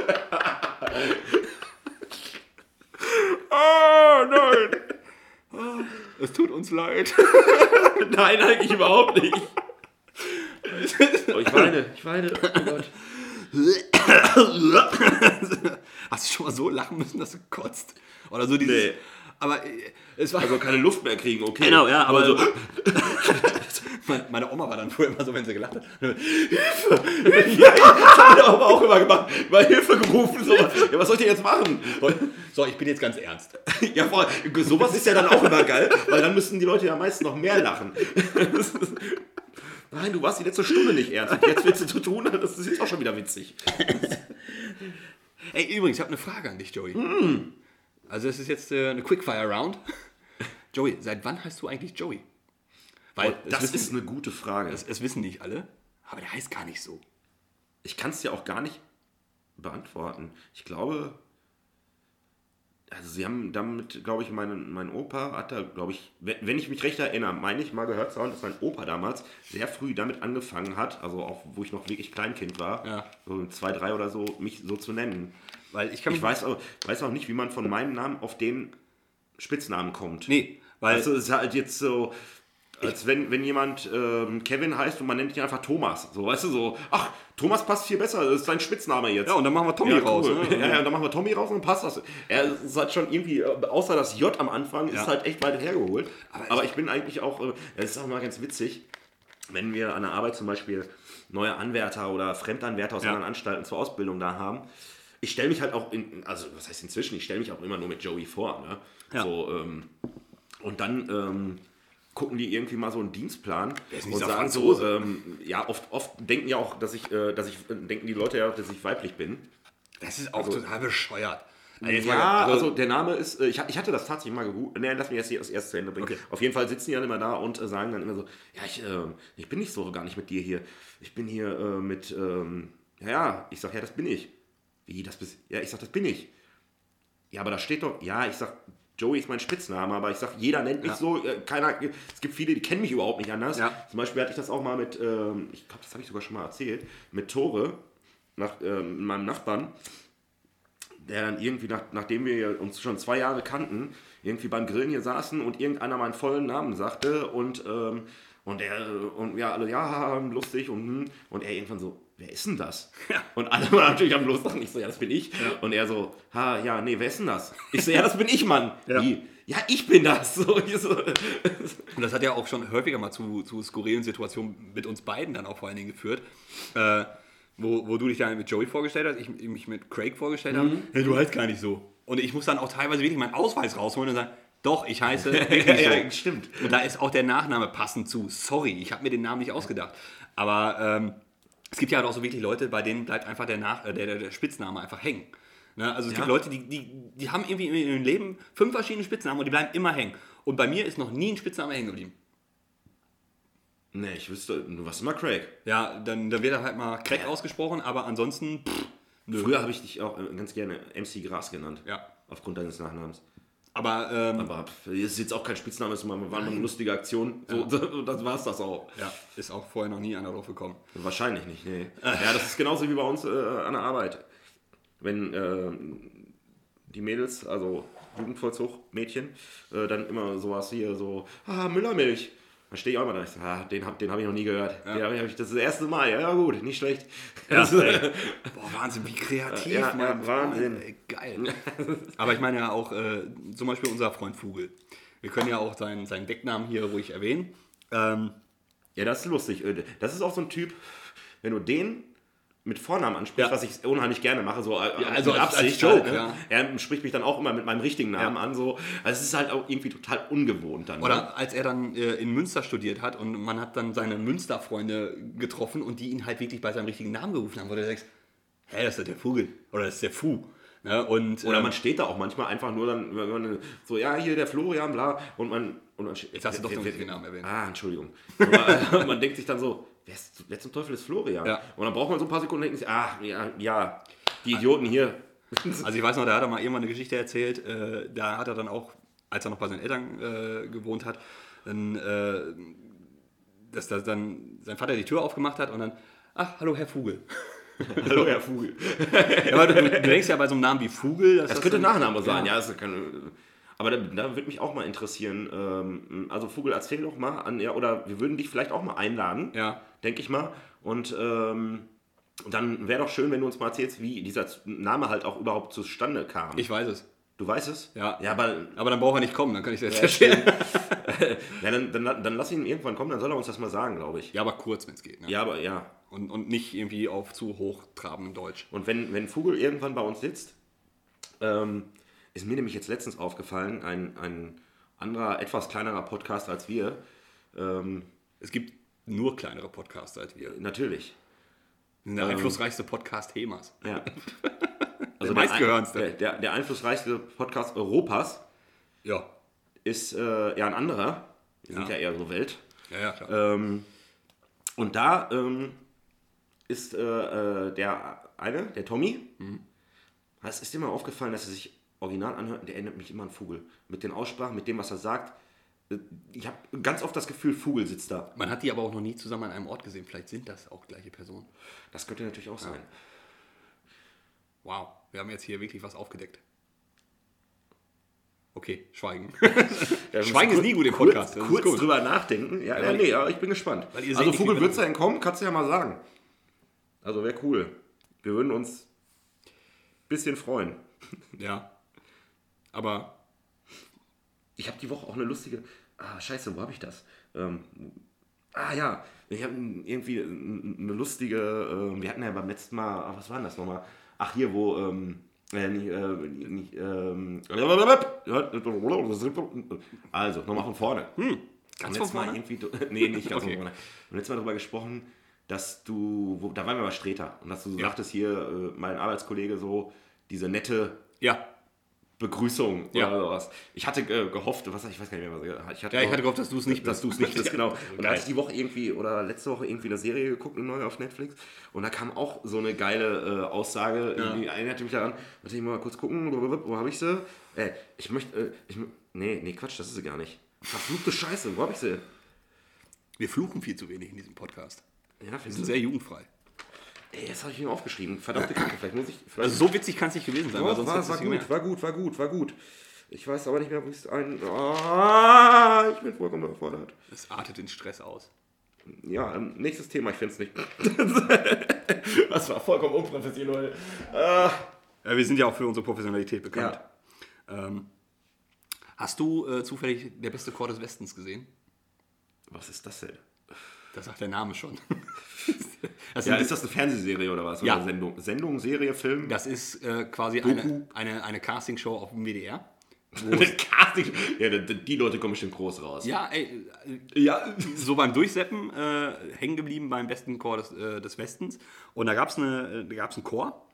Oh nein. Oh, es tut uns leid. Nein, eigentlich überhaupt nicht. Oh, ich weine. Oh Gott. Hast du schon mal so lachen müssen, dass du kotzt? Oder so dieses... Nee. Aber es war... Also keine Luft mehr kriegen, okay. Genau, ja, aber so... Meine Oma war dann früher immer so, wenn sie gelacht hat. Hilfe! Ja, das hat meine Oma auch immer gemacht. Mal Hilfe gerufen. So. Ja, was soll ich denn jetzt machen? So, ich bin jetzt ganz ernst. Ja, voll. Sowas ist ja dann auch immer geil, weil dann müssen die Leute ja meist noch mehr lachen. Nein, du warst die letzte Stunde nicht ernst. Und jetzt willst du zu tun, das ist jetzt auch schon wieder witzig. Ey, übrigens, ich habe eine Frage an dich, Joey. Also es ist jetzt eine Quickfire-Round. Joey, seit wann heißt du eigentlich Joey? Weil das ist eine gute Frage. Es wissen nicht alle, aber der heißt gar nicht so. Ich kann es dir auch gar nicht beantworten. Ich glaube, also sie haben damit, glaube ich, mein Opa hat da, glaube ich, wenn ich mich recht erinnere, meine ich mal gehört zu haben, dass mein Opa damals sehr früh damit angefangen hat, also auch wo ich noch wirklich Kleinkind war, so 2, 3 oder so, mich so zu nennen. Weil ich weiß auch nicht, wie man von meinem Namen auf den Spitznamen kommt. Nee, weil... Also es ist halt jetzt so... Als wenn jemand Kevin heißt und man nennt ihn einfach Thomas. So, weißt du, so, ach, Thomas passt viel besser, das ist sein Spitzname jetzt. Ja, und dann machen wir Tommy raus. Cool. Ne? Ja, und dann machen wir Tommy raus und dann passt das. Er ist halt schon irgendwie, außer das J am Anfang, ist halt echt weit hergeholt. Aber ich bin eigentlich auch, es ist auch mal ganz witzig, wenn wir an der Arbeit zum Beispiel neue Anwärter oder Fremdanwärter aus anderen Anstalten zur Ausbildung da haben. Ich stelle mich halt auch, also was heißt inzwischen, ich stelle mich auch immer nur mit Joey vor. Ne? Ja. So, und dann... gucken die irgendwie mal so einen Dienstplan und sagen so, ja, oft denken ja auch, denken die Leute ja auch, dass ich weiblich bin. Das ist auch total bescheuert. Also der Name ist, ich hatte das tatsächlich mal gegoogelt, lass mich das erst zu Ende bringen. Okay. Auf jeden Fall sitzen die dann immer da und sagen dann immer so, ja, ich bin nicht so gar nicht mit dir hier. Ich bin hier mit, ich sag, ja, das bin ich. Wie, das bist, ja, ich sag, das bin ich. Ja, aber da steht doch, ja, ich sag, Joey ist mein Spitzname, aber ich sag, jeder nennt mich so, es gibt viele, die kennen mich überhaupt nicht anders. Ja. Zum Beispiel hatte ich das auch mal mit, ich glaube, das habe ich sogar schon mal erzählt, mit Tore, meinem Nachbarn, der dann irgendwie, nachdem wir uns schon 2 Jahre kannten, irgendwie beim Grillen hier saßen und irgendeiner meinen vollen Namen sagte und wir alle, ja, lustig und er irgendwann so, wer ist denn das? Ja. Und alle waren natürlich am Loslachen. Ich so, ja, das bin ich. Ja. Und er so, nee, wer ist denn das? Ich so, ja, das bin ich, Mann. Ja. Wie? Ja, ich bin das. So. Und das hat ja auch schon häufiger mal zu skurrilen Situationen mit uns beiden dann auch vor allen Dingen geführt, wo du dich dann mit Joey vorgestellt hast, ich mich mit Craig vorgestellt habe. Hey, du heißt gar nicht so. Und ich muss dann auch teilweise wirklich meinen Ausweis rausholen und sagen, doch, ich heiße wirklich so. Ja, stimmt. Und da ist auch der Nachname passend zu. Sorry, ich habe mir den Namen nicht ausgedacht. Aber es gibt ja halt auch so wirklich Leute, bei denen bleibt einfach der Spitzname einfach hängen. Ne? Also es gibt Leute, die haben irgendwie in ihrem Leben 5 verschiedene Spitznamen und die bleiben immer hängen. Und bei mir ist noch nie ein Spitzname hängen geblieben. Nee, ich wüsste, du warst immer Craig. Ja, dann wird er halt mal Craig ausgesprochen, aber ansonsten, nö. Früher habe ich dich auch ganz gerne MC Gras genannt. Ja. Aufgrund deines Nachnamens. Aber Ja, ist auch vorher noch nie einer drauf gekommen. Wahrscheinlich nicht, nee. Ja, das ist genauso wie bei uns an der Arbeit. Wenn die Mädels, also Jugendvollzug, Mädchen, dann immer sowas hier, so, Müllermilch. Dann stehe ich auch immer da, ich so, den hab ich noch nie gehört. Ja. Das ist das erste Mal, ja gut, nicht schlecht. Ja, boah, Wahnsinn, wie kreativ, ja, Mann. Ja, Wahnsinn. Ey, geil. Aber ich meine ja auch, zum Beispiel unser Freund Vogel. Wir können ja auch seinen Decknamen hier ruhig erwähnen. Ja, das ist lustig. Das ist auch so ein Typ, wenn du den mit Vornamen ansprichst, was ich unheimlich gerne mache, so also mit Absicht, als Joke. Halt, ne? Er spricht mich dann auch immer mit meinem richtigen Namen an. So. Also es ist halt auch irgendwie total ungewohnt dann. Oder als er dann in Münster studiert hat und man hat dann seine Münsterfreunde getroffen und die ihn halt wirklich bei seinem richtigen Namen gerufen haben, wo du denkst, hä, das ist der Vogel oder das ist der Fu. Ne? Oder man steht da auch manchmal einfach nur dann, wenn man so, ja, hier der Florian, bla, und man jetzt hast du doch den richtigen Namen erwähnt. Entschuldigung. Und man denkt sich dann so, wer zum Teufel ist Florian? Ja. Und dann braucht man so ein paar Sekunden und denkt sich, ja, die Idioten hier. Also ich weiß noch, da hat er mal irgendwann eine Geschichte erzählt, da hat er dann auch, als er noch bei seinen Eltern gewohnt hat, dass dann sein Vater die Tür aufgemacht hat und dann, hallo Herr Vogel. Hallo Herr Vogel. Ja, aber du denkst ja bei so einem Namen wie Vogel, das könnte ein Nachname sein, ja. Aber da würde mich auch mal interessieren, also Vogel, erzähl doch mal oder wir würden dich vielleicht auch mal einladen, denke ich mal. Und dann wäre doch schön, wenn du uns mal erzählst, wie dieser Name halt auch überhaupt zustande kam. Ich weiß es. Du weißt es? Ja. Aber dann braucht er nicht kommen, dann kann ich das erzählen. Ja, dann lass ihn irgendwann kommen, dann soll er uns das mal sagen, glaube ich. Ja, aber kurz, wenn es geht. Ne? Ja, aber ja. Und nicht irgendwie auf zu hochtrabendem Deutsch. Und wenn Vogel irgendwann bei uns sitzt, ist mir nämlich jetzt letztens aufgefallen, ein anderer, etwas kleinerer Podcast als wir. Es gibt nur kleinere Podcaster als wir. Natürlich. Der einflussreichste Podcast Hemas. Ja. Also der meistgehörendste. Der einflussreichste Podcast Europas ist ein anderer. Wir sind ja eher so Welt. Ja, klar. Und da ist der Tommy, es ist dir mal aufgefallen, dass er sich original anhört und der erinnert mich immer an Vogel. Mit den Aussprachen, mit dem, was er sagt. Ich habe ganz oft das Gefühl, Vogel sitzt da. Man hat die aber auch noch nie zusammen an einem Ort gesehen. Vielleicht sind das auch gleiche Personen. Das könnte natürlich auch sein. Wow, wir haben jetzt hier wirklich was aufgedeckt. Okay, Schweigen. Ja, Schweigen ist nie gut im Podcast. Kurz drüber nachdenken. Aber ich bin gespannt. Also Vogel wird es dahin kommen, kannst du ja mal sagen. Also wäre cool. Wir würden uns ein bisschen freuen. Ja, aber... Ich habe die Woche auch eine lustige... scheiße, wo habe ich das? Ja, ich habe irgendwie eine lustige... wir hatten ja beim letzten Mal... was war denn das nochmal? Ach, hier, wo... also, nochmal von vorne. Ganz von vorne? Nee, nicht ganz von vorne. Und jetzt mal darüber gesprochen, dass du... da waren wir bei Streter. Und dass du sagtest hier, mein Arbeitskollege so, diese nette... Ja. Begrüßung oder sowas. Ich hatte gehofft, ich weiß gar nicht mehr, was ich hatte. Ich hatte gehofft, dass du es nicht bist. Dass du es nicht bist, genau. Und da hatte ich die Woche irgendwie, oder letzte Woche irgendwie eine Serie geguckt, eine neue auf Netflix. Und da kam auch so eine geile Aussage, die erinnerte mich daran. Warte, ich mal kurz gucken, wo habe ich sie? Nee, Quatsch, das ist sie gar nicht. Verfluchte Scheiße, wo habe ich sie? Wir fluchen viel zu wenig in diesem Podcast. Ja, wir sind sehr jugendfrei. Ey, das habe ich mir aufgeschrieben. Verdammte Kacke, vielleicht muss ich... Also so witzig kann es nicht gewesen sein. Doch, weil sonst war gut. Ich weiß aber nicht mehr, wo ich es ich bin vollkommen überfordert. Es artet in Stress aus. Ja, nächstes Thema, ich finde es nicht. Das war vollkommen unprofessionell. Ja, wir sind ja auch für unsere Professionalität bekannt. Ja. Hast du zufällig Der beste Chor des Westens gesehen? Was ist das denn? Das sagt der Name schon. Ist das eine Fernsehserie oder was? Ja. Oder Sendung, Serie, Film? Das ist quasi eine Castingshow auf dem WDR. Casting. Ja, die Leute kommen bestimmt groß raus. Ja, so beim Durchseppen hängen geblieben beim besten Chor des Westens. Und da gab es einen Chor,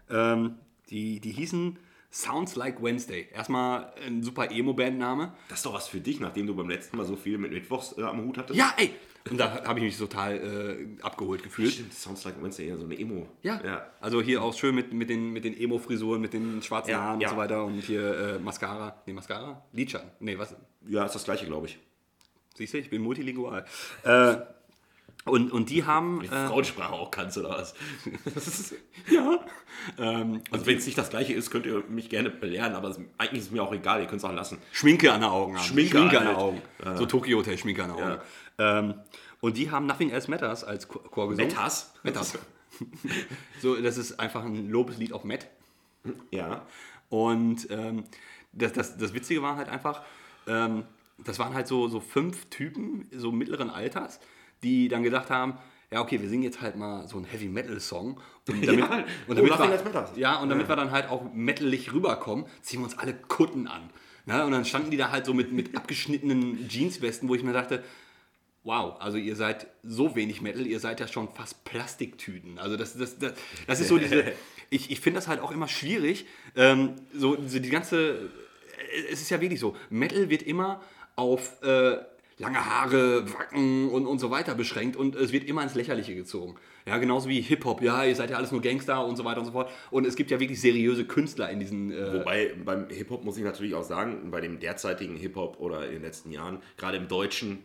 die hießen Sounds Like Wednesday. Erstmal ein super Emo-Band-Name. Das ist doch was für dich, nachdem du beim letzten Mal so viel mit Mittwochs am Hut hattest. Ja, und da habe ich mich total abgeholt gefühlt. Stimmt, Sounds Like Wednesday, eher so eine Emo. Ja. Also hier auch schön mit den Emo-Frisuren, mit den schwarzen Haaren und so weiter. Und hier Mascara. Nee, Mascara? Lidschatten. Nee, was? Ja, ist das gleiche, glaube ich. Siehst du, ich bin multilingual. Und die haben... Die Frauensprache auch kannst, oder was? Ja. Also wenn es nicht das gleiche ist, könnt ihr mich gerne belehren, aber eigentlich ist es mir auch egal, ihr könnt es auch lassen. Schminke an den Augen haben. Schminke an den Augen. So Tokyo Hotel Schminke an den Augen. Ja. Und die haben Nothing Else Matters als Chor gesungen. Matters. So, das ist einfach ein Lobeslied auf Matt. Ja. Und das Witzige war halt einfach, das waren halt so 5 Typen, so mittleren Alters, die dann gedacht haben, ja okay, wir singen jetzt halt mal so einen Heavy-Metal-Song. Und damit wir dann halt auch metalig rüberkommen, ziehen wir uns alle Kutten an. Ja, und dann standen die da halt so mit abgeschnittenen Jeanswesten, wo ich mir dachte, wow, also ihr seid so wenig Metal, ihr seid ja schon fast Plastiktüten. Also das ist so diese... Ich finde das halt auch immer schwierig, so die ganze... Es ist ja wirklich so, Metal wird immer auf lange Haare, Wacken und so weiter beschränkt und es wird immer ins Lächerliche gezogen. Ja, genauso wie Hip-Hop, ja, ihr seid ja alles nur Gangster und so weiter und so fort. Und es gibt ja wirklich seriöse Künstler in diesen... Wobei, beim Hip-Hop muss ich natürlich auch sagen, bei dem derzeitigen Hip-Hop oder in den letzten Jahren, gerade im Deutschen...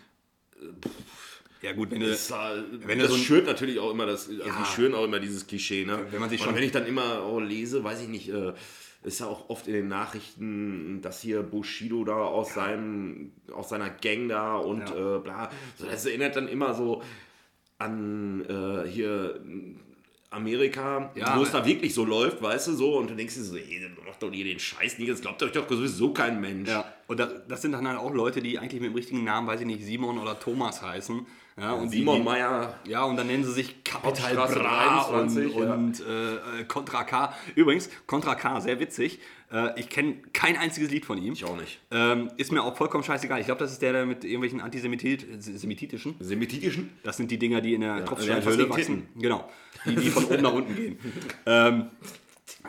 Ja gut, das schürt natürlich auch immer die schüren auch immer dieses Klischee, ne? Wenn ich dann immer lese, weiß ich nicht, ist ja auch oft in den Nachrichten, dass hier Bushido da aus seiner Gang da und bla. So, das erinnert dann immer so an hier Amerika, wo es da wirklich so läuft, weißt du, so, und du denkst dir so, macht doch nie den Scheiß nicht, das glaubt euch doch sowieso kein Mensch. Ja, und das sind dann halt auch Leute, die eigentlich mit dem richtigen Namen, weiß ich nicht, Simon oder Thomas heißen. Ja, und Simon Meyer. Ja, und dann nennen sie sich Capital Bra und Contra K. Übrigens, Contra K, sehr witzig. Ich kenne kein einziges Lied von ihm. Ich auch nicht. Ist mir auch vollkommen scheißegal. Ich glaube, das ist der mit irgendwelchen antisemitischen. Semititischen? Das sind die Dinger, die in der Kopfsteinhöhle wachsen. Genau. Die von oben nach unten gehen.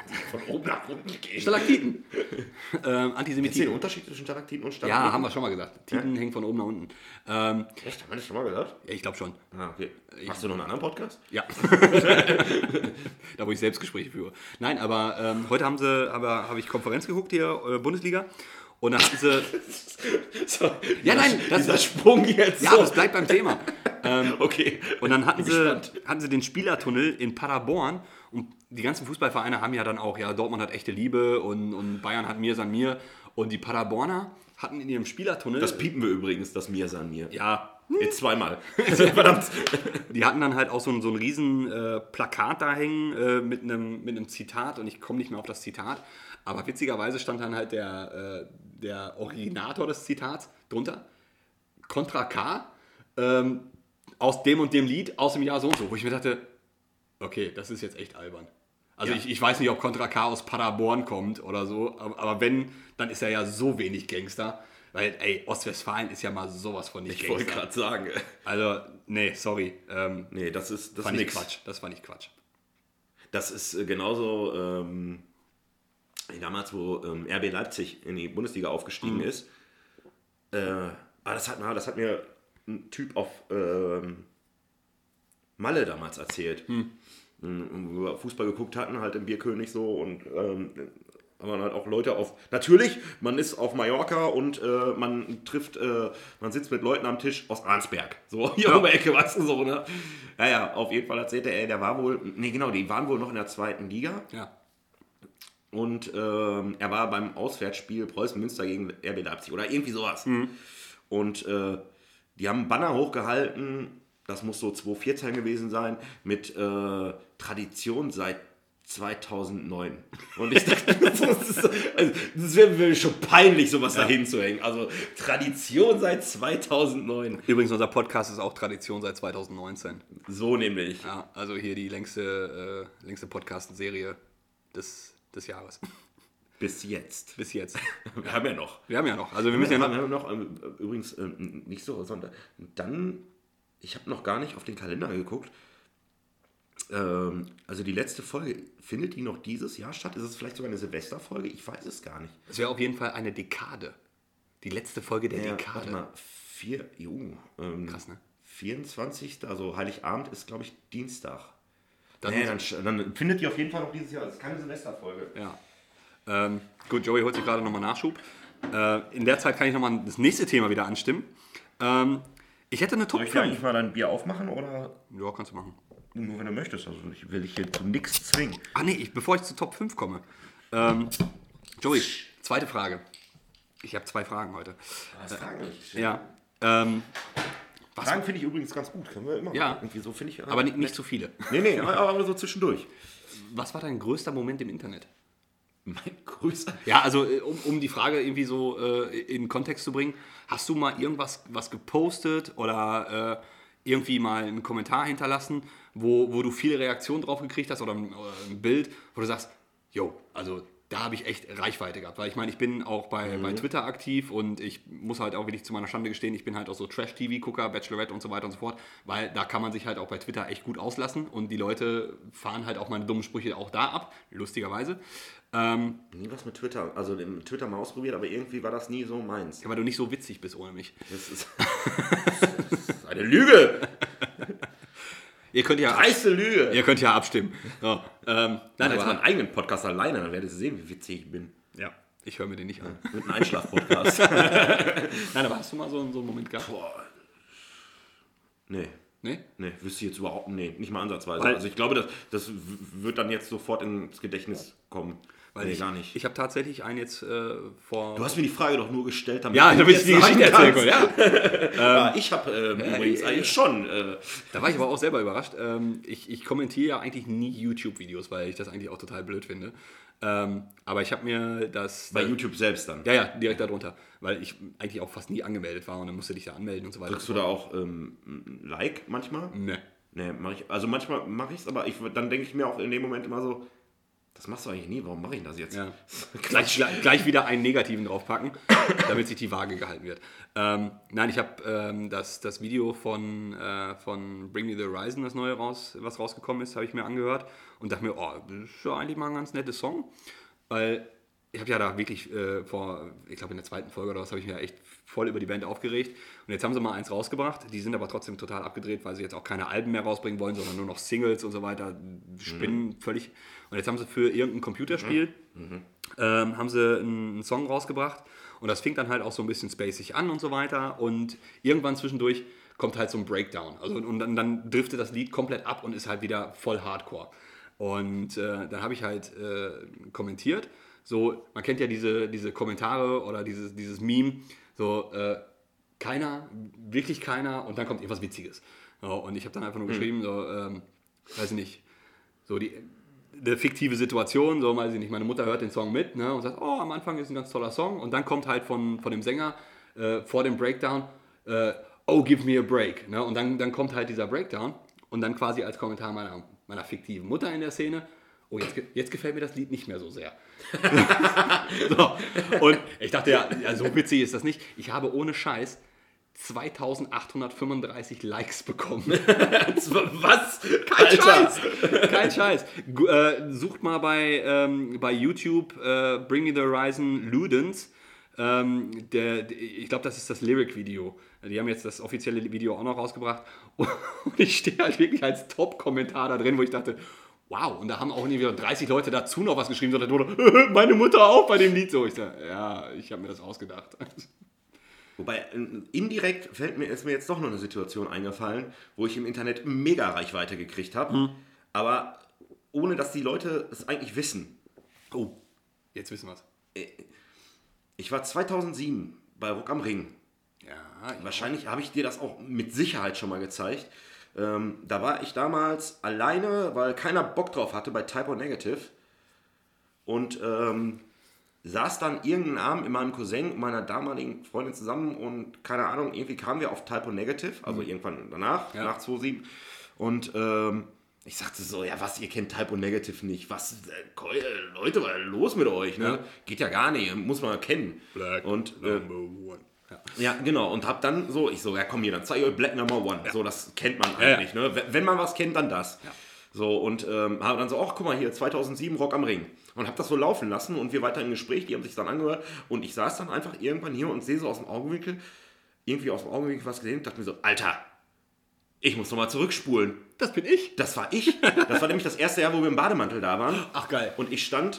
Von oben nach unten gehen. Stalaktiken. Kennst du den Antisemitismus. Unterschied zwischen Stalaktiten und Stalagniten? Ja, haben wir schon mal gesagt. Titen hängen von oben nach unten. Echt? Haben wir das schon mal gesagt? Ja, ich glaube schon. Ah, okay. Machst du noch einen anderen Podcast? Ja. Da, wo ich Selbstgespräche führe. Nein, aber heute habe ich Konferenz geguckt hier, Bundesliga. Und dann hatten sie... So, Ja, nein, dieser Sprung jetzt. Ja, so. aber es bleibt beim Thema. Okay. Und dann hatten Gespannt. sie den Spielertunnel in Paderborn. Und die ganzen Fußballvereine haben ja dann auch, ja, Dortmund hat echte Liebe und Bayern hat Mir san mir. Und die Paderborner hatten in ihrem Spielertunnel... Das piepen wir übrigens, das Mir san mir. Ja, Jetzt zweimal. Verdammt. die hatten dann halt auch so ein riesen Plakat da hängen mit einem Zitat und ich komme nicht mehr auf das Zitat. Aber witzigerweise stand dann halt der Originator des Zitats drunter. Contra K aus dem und dem Lied aus dem Jahr so und so. Wo ich mir dachte, okay, das ist jetzt echt albern. Also Ja. ich weiß nicht, ob Contra K aus Paderborn kommt oder so. Aber wenn, dann ist er ja so wenig Gangster. Weil, ey, Ostwestfalen ist ja mal sowas von nicht Ich wollte Gangster. gerade sagen. Also, nee, sorry. Nee, das ist Fand ich nix. Quatsch. Das fand ich Quatsch. Das ist genauso wie damals, wo RB Leipzig in die Bundesliga aufgestiegen ist. Aber das hat mir ein Typ auf Malle damals erzählt. Wo wir Fußball geguckt hatten, halt im Bierkönig so und aber halt auch Leute auf. Natürlich, man ist auf Mallorca und man trifft, man sitzt mit Leuten am Tisch aus Arnsberg. So hier um die Ecke, weißt du so, ne? Ja, auf jeden Fall erzählte er, der war wohl. Nee, genau, die waren wohl noch in der 2. Liga. Ja. Und er war beim Auswärtsspiel Preußen Münster gegen RB Leipzig oder irgendwie sowas. Und die haben einen Banner hochgehalten, das muss so 2014 gewesen sein, mit Tradition seit 2009. Und ich dachte, das wäre mir schon peinlich, sowas dahin zu hängen. Also Tradition seit 2009. Übrigens, unser Podcast ist auch Tradition seit 2019. So nämlich. Ja, also hier die längste Podcast-Serie des Jahres. Bis jetzt. Bis jetzt. Wir haben ja noch. Wir haben ja noch. Also wir müssen ja noch... Wir haben noch übrigens nicht so, sondern dann, ich habe noch gar nicht auf den Kalender geguckt. Also die letzte Folge, findet die noch dieses Jahr statt? Ist es vielleicht sogar eine Silvesterfolge? Ich weiß es gar nicht. Es wäre auf jeden Fall eine Dekade. Die letzte Folge der Dekade. Warte mal, Krass, ne? 24. Also Heiligabend ist, glaube ich, Dienstag. Dann, Dann findet die auf jeden Fall noch dieses Jahr. Es ist keine Silvesterfolge. ja. Gut, Joey holt sich gerade nochmal Nachschub. In der Zeit kann ich nochmal das nächste Thema wieder anstimmen. Ich hätte eine Top Soll ich 5. eigentlich mal dein Bier aufmachen oder Ja, kannst du machen. nur wenn du möchtest? Also ich will dich hier zu nichts zwingen. Ah nee, bevor ich zu Top 5 komme. Joey, zweite Frage. Ich habe 2 Fragen heute. Was fragen nicht? Ja. Fragen finde ich übrigens ganz gut. Können wir immer Ja. machen. Irgendwie so finde ich. Aber nicht zu viele. Nee, aber so zwischendurch. Was war dein größter Moment im Internet? Mein größter. Ja, also um die Frage irgendwie so in Kontext zu bringen, hast du mal irgendwas gepostet oder irgendwie mal einen Kommentar hinterlassen, wo du viele Reaktionen drauf gekriegt hast oder ein Bild, wo du sagst, jo, also da habe ich echt Reichweite gehabt, weil ich meine, ich bin auch bei Twitter aktiv und ich muss halt auch wirklich zu meiner Schande gestehen, ich bin halt auch so Trash-TV-Gucker, Bachelorette und so weiter und so fort, weil da kann man sich halt auch bei Twitter echt gut auslassen und die Leute fahren halt auch meine dummen Sprüche auch da ab, lustigerweise. Nie was mit Twitter. Also im Twitter mal ausprobiert, aber irgendwie war das nie so meins. Ja, weil du nicht so witzig bist ohne mich. Das ist eine Lüge. Ihr könnt ja abstimmen. So, nein, Nein, jetzt aber, meinen eigenen Podcast alleine, dann werdet ihr sehen, wie witzig ich bin. ja, ich höre mir den nicht an. Mit einem Einschlaf-Podcast. Nein, aber hast du mal so einen Moment gehabt? Boah. Nee. Nee? Nee, wüsste ich jetzt überhaupt nicht mal ansatzweise. Weil- Also ich glaube, das wird dann jetzt sofort ins Gedächtnis kommen. Weil nee, gar nicht. Ich habe tatsächlich einen jetzt vor... Du hast mir die Frage doch nur gestellt, damit ja, du damit ich die jetzt Geschichte sagen erzählen kannst. kann. Ja. Ja, ich habe übrigens eigentlich schon. Da war ich aber auch selber überrascht. Ich kommentiere ja eigentlich nie YouTube-Videos, weil ich das eigentlich auch total blöd finde. Aber ich habe mir das... Bei YouTube selbst dann. Ja, direkt darunter. Weil ich eigentlich auch fast nie angemeldet war und dann musste ich dich da anmelden und so weiter. Drückst du da auch ein Like manchmal? Ne. Nee, mache ich. Also manchmal mache ich es, aber dann denke ich mir auch in dem Moment immer so, Das machst du eigentlich nie. Warum mache ich das jetzt? Ja. Gleich wieder einen negativen draufpacken, damit sich die Waage gehalten wird. Nein, ich habe das Video von Bring Me the Horizon, das neue was rausgekommen ist, habe ich mir angehört und dachte mir, das ist ja eigentlich mal ein ganz nettes Song, weil ich habe ja da wirklich ich glaube in der zweiten Folge oder was, habe ich mir echt voll über die Band aufgeregt. Und jetzt haben sie mal eins rausgebracht. Die sind aber trotzdem total abgedreht, weil sie jetzt auch keine Alben mehr rausbringen wollen, sondern nur noch Singles und so weiter. Spinnen völlig. Und jetzt haben sie für irgendein Computerspiel haben sie einen Song rausgebracht. Und das fing dann halt auch so ein bisschen spacig an und so weiter. Und irgendwann zwischendurch kommt halt so ein Breakdown. Also, und dann driftet das Lied komplett ab und ist halt wieder voll Hardcore. Und dann habe ich halt kommentiert. So, man kennt ja diese Kommentare oder dieses Meme, so wirklich keiner und dann kommt irgendwas Witziges. So, und ich habe dann einfach nur geschrieben, so, weiß ich nicht, so eine fiktive Situation, so, weiß ich nicht, meine Mutter hört den Song mit, ne, und sagt, am Anfang ist ein ganz toller Song und dann kommt halt von dem Sänger vor dem Breakdown, give me a break, ne, und dann kommt halt dieser Breakdown und dann quasi als Kommentar meiner fiktiven Mutter in der Szene, jetzt gefällt mir das Lied nicht mehr so sehr. So. Und ich dachte, ja, so witzig ist das nicht. Ich habe ohne Scheiß 2835 Likes bekommen. Was? Kein Scheiß. Sucht mal bei YouTube Bring Me the Horizon Ludens. Ich glaube, das ist das Lyric-Video. Die haben jetzt das offizielle Video auch noch rausgebracht. Und ich stehe halt wirklich als Top-Kommentar da drin, wo ich dachte, wow, und da haben auch irgendwie 30 Leute dazu noch was geschrieben, so da wurde, meine Mutter auch bei dem Lied so. Ich sage, ja, ich habe mir das ausgedacht. Wobei, indirekt ist mir jetzt doch noch eine Situation eingefallen, wo ich im Internet mega Reichweite gekriegt habe, aber ohne, dass die Leute es eigentlich wissen. Oh, jetzt wissen wir es. Ich war 2007 bei Rock am Ring. Ja, wahrscheinlich habe ich dir das auch mit Sicherheit schon mal gezeigt. Da war ich damals alleine, weil keiner Bock drauf hatte bei Type O Negative und saß dann irgendeinen Abend mit meinem Cousin und meiner damaligen Freundin zusammen und keine Ahnung, irgendwie kamen wir auf Type O Negative, also irgendwann danach, nach 2007 und ich sagte so, ja was, ihr kennt Type O Negative nicht, was, Leute, was ist los mit euch, ne? Geht ja gar nicht, muss man kennen. Black und Number One. Ja, genau. Und hab dann so, ja komm hier, dann zeige ich euch Black Number One. Ja. So, das kennt man eigentlich, ne? Wenn man was kennt, dann das. Ja. So, und habe dann so, guck mal hier, 2007 Rock am Ring. Und hab das so laufen lassen und wir weiter im Gespräch, die haben sich dann angehört. Und ich saß dann einfach irgendwann hier und sehe so aus dem Augenwinkel was gesehen und dachte mir so, Alter, ich muss nochmal zurückspulen. Das bin ich. Das war ich. Das war nämlich das erste Jahr, wo wir im Bademantel da waren. Ach, geil. Und ich stand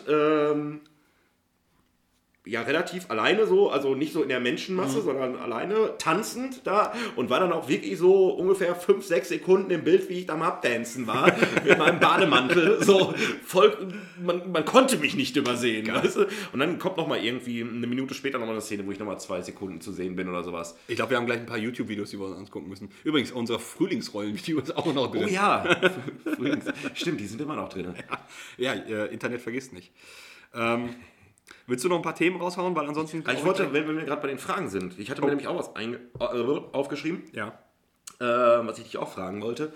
relativ alleine so, also nicht so in der Menschenmasse, sondern alleine tanzend da und war dann auch wirklich so ungefähr 5-6 Sekunden im Bild, wie ich da am Abdancen war, mit meinem Bademantel, so voll, man konnte mich nicht übersehen, weißt du? Und dann kommt nochmal irgendwie eine Minute später nochmal eine Szene, wo ich nochmal 2 Sekunden zu sehen bin oder sowas. Ich glaube, wir haben gleich ein paar YouTube-Videos, die wir uns angucken müssen. Übrigens, unser Frühlingsrollen-Video ist auch noch drin. Oh ja, stimmt, die sind immer noch drin. Ja, Internet vergisst nicht. Willst du noch ein paar Themen raushauen? Weil ansonsten. Ich wollte, wenn wir gerade bei den Fragen sind, ich hatte mir nämlich auch was aufgeschrieben, was ich dich auch fragen wollte.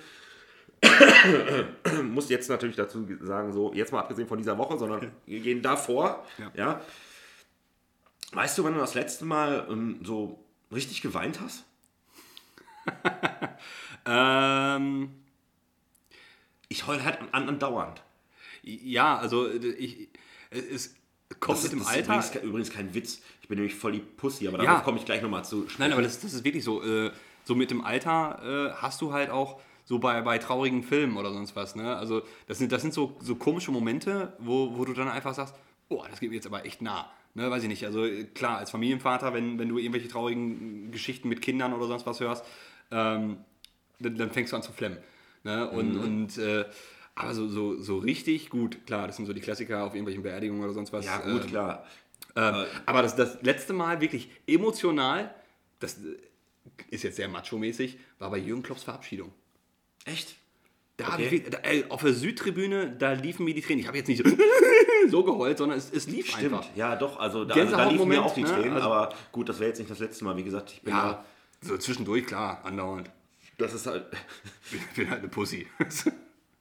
Muss jetzt natürlich dazu sagen, so, jetzt mal abgesehen von dieser Woche, sondern wir gehen davor. Ja. Weißt du, wann du das letzte Mal so richtig geweint hast? Ich heule halt andauernd. Ja, also es kommt mit dem Alter. Das ist übrigens kein Witz. Ich bin nämlich voll die Pussy, aber darauf komme ich gleich nochmal zu sprechen. Nein, aber das ist wirklich so. So mit dem Alter hast du halt auch so bei traurigen Filmen oder sonst was. Ne? Also das sind so komische Momente, wo du dann einfach sagst, das geht mir jetzt aber echt nah. Ne, weiß ich nicht. Also klar, als Familienvater, wenn du irgendwelche traurigen Geschichten mit Kindern oder sonst was hörst, dann fängst du an zu flemmen. Ne? Aber so richtig gut, klar, das sind so die Klassiker auf irgendwelchen Beerdigungen oder sonst was. Ja, gut, klar. Aber das letzte Mal wirklich emotional, das ist jetzt sehr macho-mäßig, war bei Jürgen Klopps Verabschiedung. Echt? Da auf der Südtribüne, da liefen mir die Tränen. Ich habe jetzt nicht so geheult, sondern es lief einfach. Stimmt, ja doch, also da liefen mir auch die Tränen, aber gut, das wäre jetzt nicht das letzte Mal. Wie gesagt, ich bin so zwischendurch, klar, andauernd. Das ist halt... Ich bin halt eine Pussy.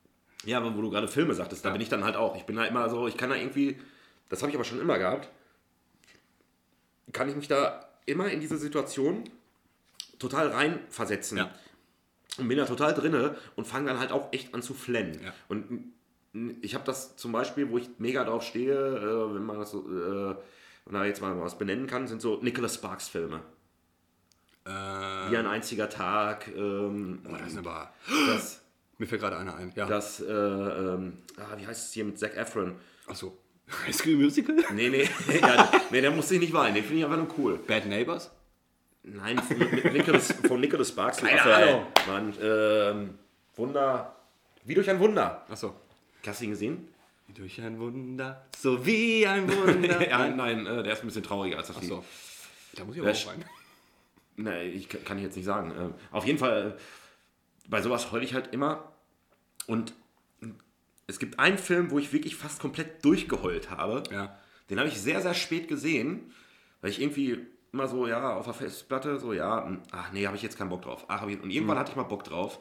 Ja, aber wo du gerade Filme sagtest, da bin ich dann halt auch. Ich bin da immer so, ich kann da irgendwie, das habe ich aber schon immer gehabt, kann ich mich da immer in diese Situation total reinversetzen. Ja. Und bin da total drinne und fange dann halt auch echt an zu flennen. Ja. Und ich habe das zum Beispiel, wo ich mega drauf stehe, wenn man das so, wenn man jetzt mal was benennen kann, sind so Nicholas Sparks Filme. Wie ein einziger Tag. Das ist aber... Mir fällt gerade einer ein. Ja. Das, wie heißt es hier mit Zac Efron? Achso. High School Musical? Nee, ja, der musste ich nicht weinen. Den finde ich einfach nur cool. Bad Neighbors? Nein, von Nicholas Sparks. Keine Ahnung. Mann, Wunder. Wie durch ein Wunder. Achso. Hast du ihn gesehen? Wie durch ein Wunder, so wie ein Wunder. Ja, nein, der ist ein bisschen trauriger als das Lied. Achso. Da muss ich aber auch rein. Nein, kann ich jetzt nicht sagen. Auf jeden Fall, bei sowas heule ich halt immer. Und es gibt einen Film, wo ich wirklich fast komplett durchgeheult habe. Ja. Den habe ich sehr, sehr spät gesehen, weil ich irgendwie immer so, ja, auf der Festplatte, so, ja, ach nee, habe ich jetzt keinen Bock drauf. Und irgendwann hatte ich mal Bock drauf.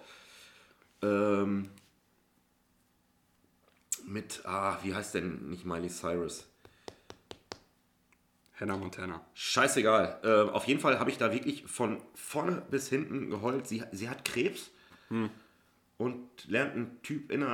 Wie heißt denn nicht Miley Cyrus? Hannah Montana. Scheißegal. Auf jeden Fall habe ich da wirklich von vorne bis hinten geheult. Sie hat Krebs und lernt einen Typ in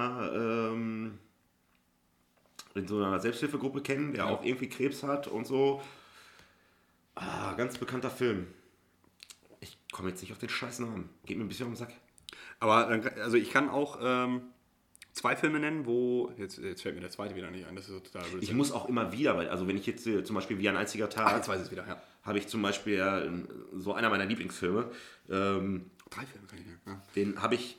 so einer Selbsthilfegruppe kennen, der auch irgendwie Krebs hat und so. Ganz bekannter Film. Ich komme jetzt nicht auf den scheiß Namen. Geht mir ein bisschen auf den Sack. Aber also ich kann auch 2 Filme nennen, wo... Jetzt fällt mir der zweite wieder nicht ein. Das ist so total blöd. Ich muss auch immer wieder, also wenn ich jetzt zum Beispiel wie ein einziger Tag... jetzt weiß ich es wieder, ja. Habe ich zum Beispiel so einer meiner Lieblingsfilme. 3 Filme kann ich nennen. Ja. Den habe ich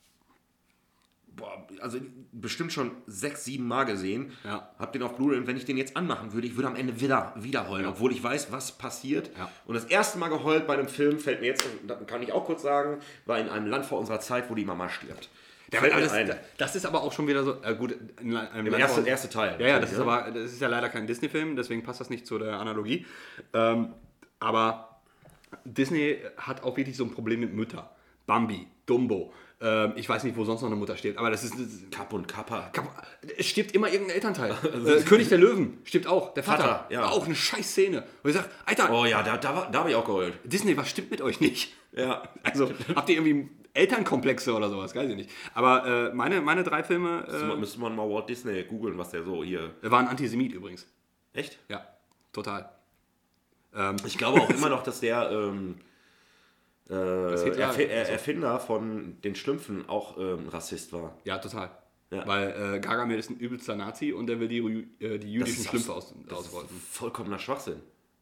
also bestimmt schon 6, 7 Mal gesehen. Ja. Hab den auf Blu-ray und wenn ich den jetzt anmachen würde, ich würde am Ende wieder heulen, obwohl ich weiß, was passiert. Ja. Und das erste Mal geheult bei einem Film, fällt mir jetzt, und kann ich auch kurz sagen, war in einem Land vor unserer Zeit, wo die Mama stirbt. Das ist aber auch schon wieder so, gut, Im erste Teil. Ja, das ist ja leider kein Disney-Film, deswegen passt das nicht zu der Analogie. Aber Disney hat auch wirklich so ein Problem mit Mütter. Bambi, Dumbo. Ich weiß nicht, wo sonst noch eine Mutter stirbt, aber das ist... Kapp und Kappa. Es stirbt immer irgendein Elternteil. König der Löwen stirbt auch, der Vater. Ja. War auch eine scheiß Szene. Und ich sag, Alter... Oh ja, da habe ich auch geheult. Disney, was stimmt mit euch nicht? Ja. Also, habt ihr irgendwie Elternkomplexe oder sowas? Weiß ich nicht. Aber meine 3 Filme... Müsste man mal Walt Disney googeln, was der so hier... Er war ein Antisemit übrigens. Echt? Ja, total. Ich glaube auch immer noch, dass der... Erfinder von den Schlümpfen auch Rassist war. Ja, total. Ja. Weil Gargamel ist ein übelster Nazi und der will die jüdischen Schlümpfe ausrotten. Vollkommener Schwachsinn.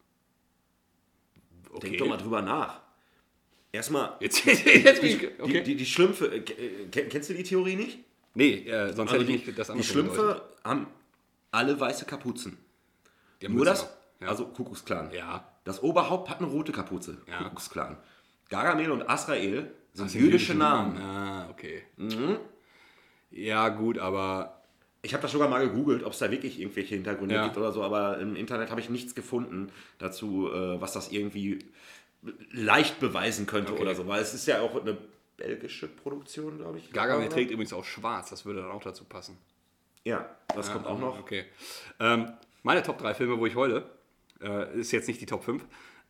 Okay. Denk doch mal drüber nach. Erstmal, Jetzt bin ich... Okay. die Schlümpfe, kennst du die Theorie nicht? Nee, sonst hätte ich nicht das andere. Die Schlümpfe haben alle weiße Kapuzen. Nur das, also Kuckucksklan. Ja. Das Oberhaupt hat eine rote Kapuze. Ja. Kuckucksklan. Gargamel und Azrael sind jüdische Namen. Ah, okay. Mhm. Ja, gut, aber... Ich habe das sogar mal gegoogelt, ob es da wirklich irgendwelche Hintergründe gibt oder so, aber im Internet habe ich nichts gefunden dazu, was das irgendwie leicht beweisen könnte oder so, weil es ist ja auch eine belgische Produktion, glaube ich. Gargamel trägt übrigens auch schwarz, das würde dann auch dazu passen. Ja, das kommt auch noch. Okay. Meine Top 3 Filme, wo ich heule, ist jetzt nicht die Top 5.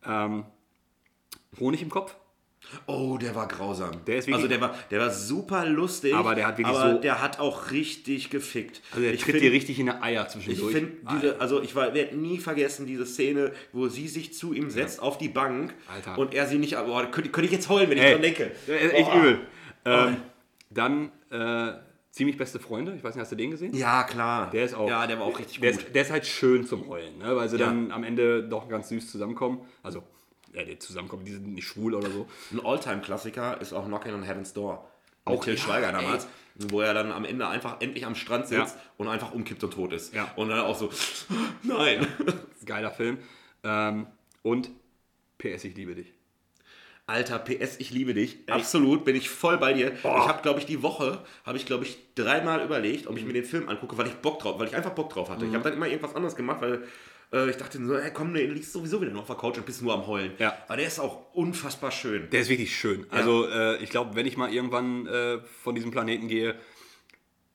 Honig im Kopf. Oh, der war grausam. Der ist wirklich, der war super lustig, aber der hat wirklich der hat auch richtig gefickt. Also der tritt dir richtig in die Eier zwischendurch. Ich finde ich werde nie vergessen diese Szene, wo sie sich zu ihm setzt auf die Bank. Alter. Und er sie nicht, könnte ich jetzt heulen, wenn ich dran denke. Echt übel. Dann Ziemlich beste Freunde, ich weiß nicht, hast du den gesehen? Ja, klar. Der ist auch, ja, der war auch richtig gut. Der ist halt schön zum Heulen, ne? Weil sie dann am Ende doch ganz süß zusammenkommen. Also, die zusammenkommen, die sind nicht schwul oder so. Ein Alltime-Klassiker ist auch Knocking on Heaven's Door. Auch Til Schweiger damals, wo er dann am Ende einfach endlich am Strand sitzt und einfach umkippt und tot ist. Ja. Und dann auch so, nein. Geiler Film. Und PS, ich liebe dich. Alter, PS, ich liebe dich. Echt? Absolut, bin ich voll bei dir. Oh. Ich habe, glaube ich, die Woche, 3-mal überlegt, ob ich mir den Film angucke, weil ich einfach Bock drauf hatte. Ich habe dann immer irgendwas anderes gemacht, weil ich dachte so, hey, komm, du liegst sowieso wieder noch auf der Couch und bist nur am Heulen. Ja. Aber der ist auch unfassbar schön. Der ist wirklich schön. Also ich glaube, wenn ich mal irgendwann von diesem Planeten gehe,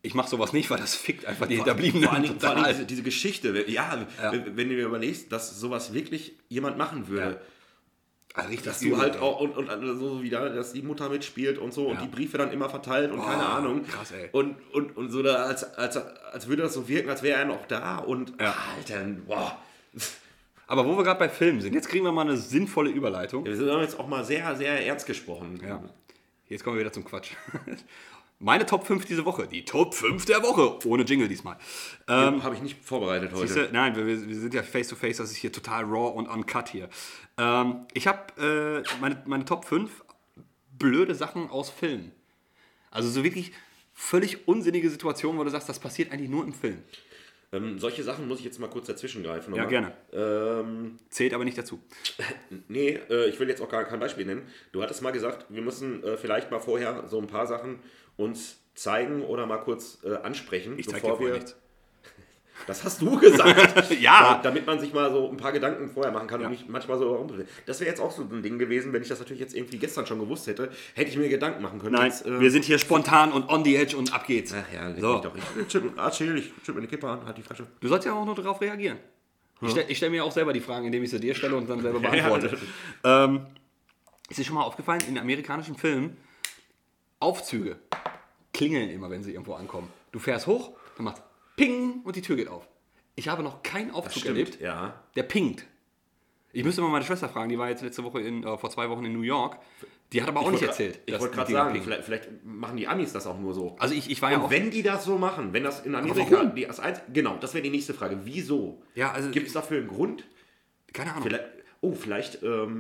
ich mache sowas nicht, weil das fickt einfach die Hinterbliebenen. Vor allem diese Geschichte. Ja, wenn du dir überlegst, dass sowas wirklich jemand machen würde. Ja. Also richtig, dass du halt auch und so wieder, dass die Mutter mitspielt und so und die Briefe dann immer verteilt und keine Ahnung. Krass, ey. Und so da, als würde das so wirken, als wäre er noch da und Alter, wow. Aber wo wir gerade bei Filmen sind, jetzt kriegen wir mal eine sinnvolle Überleitung. Wir sind jetzt auch mal sehr, sehr ernst gesprochen. Ja. Jetzt kommen wir wieder zum Quatsch. Meine Top 5 diese Woche. Die Top 5 der Woche. Ohne Jingle diesmal. Habe ich nicht vorbereitet heute. Siehste, nein, wir sind ja face to face. Das ist hier total raw und uncut hier. Ich habe meine Top 5 blöde Sachen aus Filmen. Also so wirklich völlig unsinnige Situationen, wo du sagst, das passiert eigentlich nur im Film. Solche Sachen muss ich jetzt mal kurz dazwischen greifen. Ja, gerne. Zählt aber nicht dazu. Nee, ich will jetzt auch gar kein Beispiel nennen. Du hattest mal gesagt, wir müssen vielleicht mal vorher so ein paar Sachen uns zeigen oder mal kurz ansprechen. Ich zeige dir vorher nichts. Das hast du gesagt. Ja. Damit man sich mal so ein paar Gedanken vorher machen kann und nicht manchmal so rumpelt. Das wäre jetzt auch so ein Ding gewesen, wenn ich das natürlich jetzt irgendwie gestern schon gewusst hätte, hätte ich mir Gedanken machen können. Nein, wir sind hier spontan und on the edge und ab geht's. Ach ja, leg mich doch. Ich schütte mir eine Kippe an, halt die Flasche. Du sollst ja auch nur darauf reagieren. Ich stelle mir auch selber die Fragen, indem ich sie dir stelle und dann selber beantworte. Ist dir schon mal aufgefallen, in amerikanischen Filmen, Aufzüge klingeln immer, wenn sie irgendwo ankommen. Du fährst hoch, dann macht Ping und die Tür geht auf. Ich habe noch keinen Aufzug erlebt, der pingt. Ich müsste mal meine Schwester fragen, die war jetzt vor 2 Wochen in New York. Die hat aber auch nicht erzählt. Ich wollte gerade sagen, vielleicht machen die Amis das auch nur so. Also ich war ja auch... wenn die das so machen, wenn das in Amerika... Genau, das wäre die nächste Frage. Wieso? Ja, also gibt es dafür einen Grund? Keine Ahnung. Vielleicht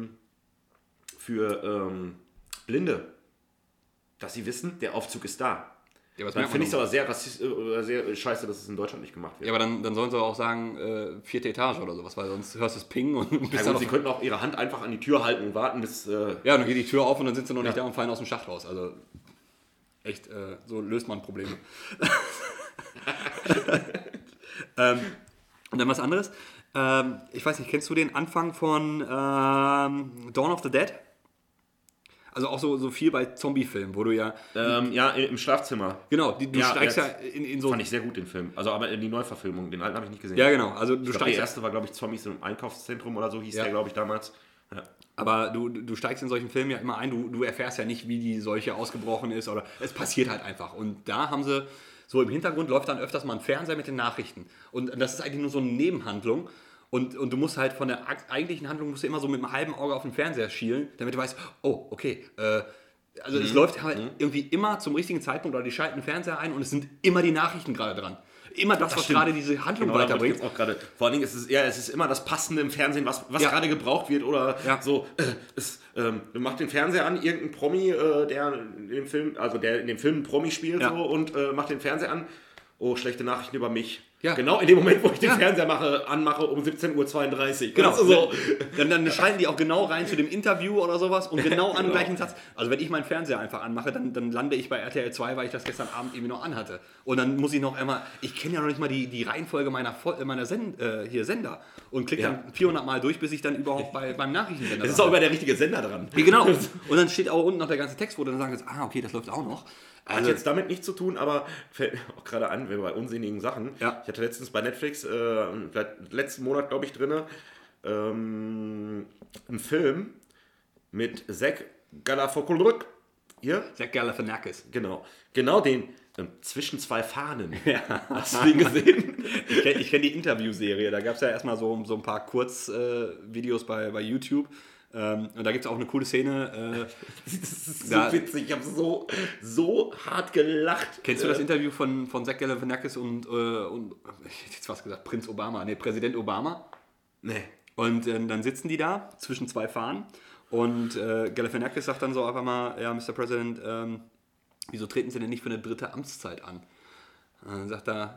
für Blinde, dass sie wissen, der Aufzug ist da. Ja, dann finde ich es aber sehr sehr scheiße, dass es in Deutschland nicht gemacht wird. Ja, aber dann sollen sie auch sagen, 4. Etage oder sowas, weil sonst hörst du es pingen und bist sie könnten auch ihre Hand einfach an die Tür halten und warten, bis... Ja, dann geht die Tür auf und dann sind sie noch nicht da und fallen aus dem Schacht raus. Also echt, so löst man Probleme. Und dann was anderes. Ich weiß nicht, kennst du den Anfang von Dawn of the Dead? Also auch so viel bei Zombie-Filmen, wo du ja... im Schlafzimmer. Genau, du steigst ja in so... Fand ich sehr gut, den Film. Also aber in die Neuverfilmung, den alten habe ich nicht gesehen. Ja, genau. Also du steigst... Der erste war, glaube ich, Zombies im Einkaufszentrum oder so hieß der, glaube ich, damals. Ja. Aber du steigst in solchen Filmen ja immer ein, du erfährst ja nicht, wie die Seuche ausgebrochen ist oder es passiert halt einfach. Und da haben sie... So im Hintergrund läuft dann öfters mal ein Fernseher mit den Nachrichten. Und das ist eigentlich nur so eine Nebenhandlung. Und du musst halt von der eigentlichen Handlung musst du immer so mit einem halben Auge auf den Fernseher schielen, damit du weißt, oh, okay, also es läuft halt irgendwie immer zum richtigen Zeitpunkt oder die schalten den Fernseher ein und es sind immer die Nachrichten gerade dran. Immer das was gerade diese Handlung weiterbringt. Auch gerade. Vor allen Dingen ist es immer das Passende im Fernsehen, was gerade gebraucht wird oder so. Du machst den Fernseher an, irgendein Promi, der in dem Film ein Promi spielt so, und macht den Fernseher an. Oh, schlechte Nachrichten über mich. Ja. Genau in dem Moment, wo ich den Fernseher anmache um 17.32 Uhr. Genau. So. Dann schalten die auch genau rein zu dem Interview oder sowas und genau an dem gleichen Satz. Also wenn ich meinen Fernseher einfach anmache, dann lande ich bei RTL 2, weil ich das gestern Abend irgendwie noch anhatte. Und dann muss ich noch einmal, ich kenne ja noch nicht mal die Reihenfolge meiner Sender und klicke dann 400 Mal durch, bis ich dann überhaupt beim Nachrichtensender bin. Es ist auch immer der richtige Sender dran. Ja, genau. Und dann steht auch unten noch der ganze Text, wo dann sagen sie, okay, das läuft auch noch. Hat jetzt damit nichts zu tun, aber fällt mir auch gerade an, wenn wir bei unsinnigen Sachen. Ja. Ich hatte letztens bei Netflix, letzten Monat, glaube ich, drin, einen Film mit Zach Galifianakis. Zach Galifianakis. Genau den. Zwischen zwei Fahnen. Ja. Hast du den gesehen? Ich kenn die Interviewserie. Da gab es ja erstmal so ein paar Kurzvideos bei YouTube. Und da gibt es auch eine coole Szene. Das ist so witzig, ich habe so hart gelacht. Kennst du das Interview von Zach Galifianakis und ich hätte jetzt was gesagt, Präsident Obama? Nee. Und dann sitzen die da zwischen zwei Fahnen und Galifianakis sagt dann so einfach mal, ja, Mr. President, wieso treten Sie denn nicht für eine 3. Amtszeit an? Dann sagt er,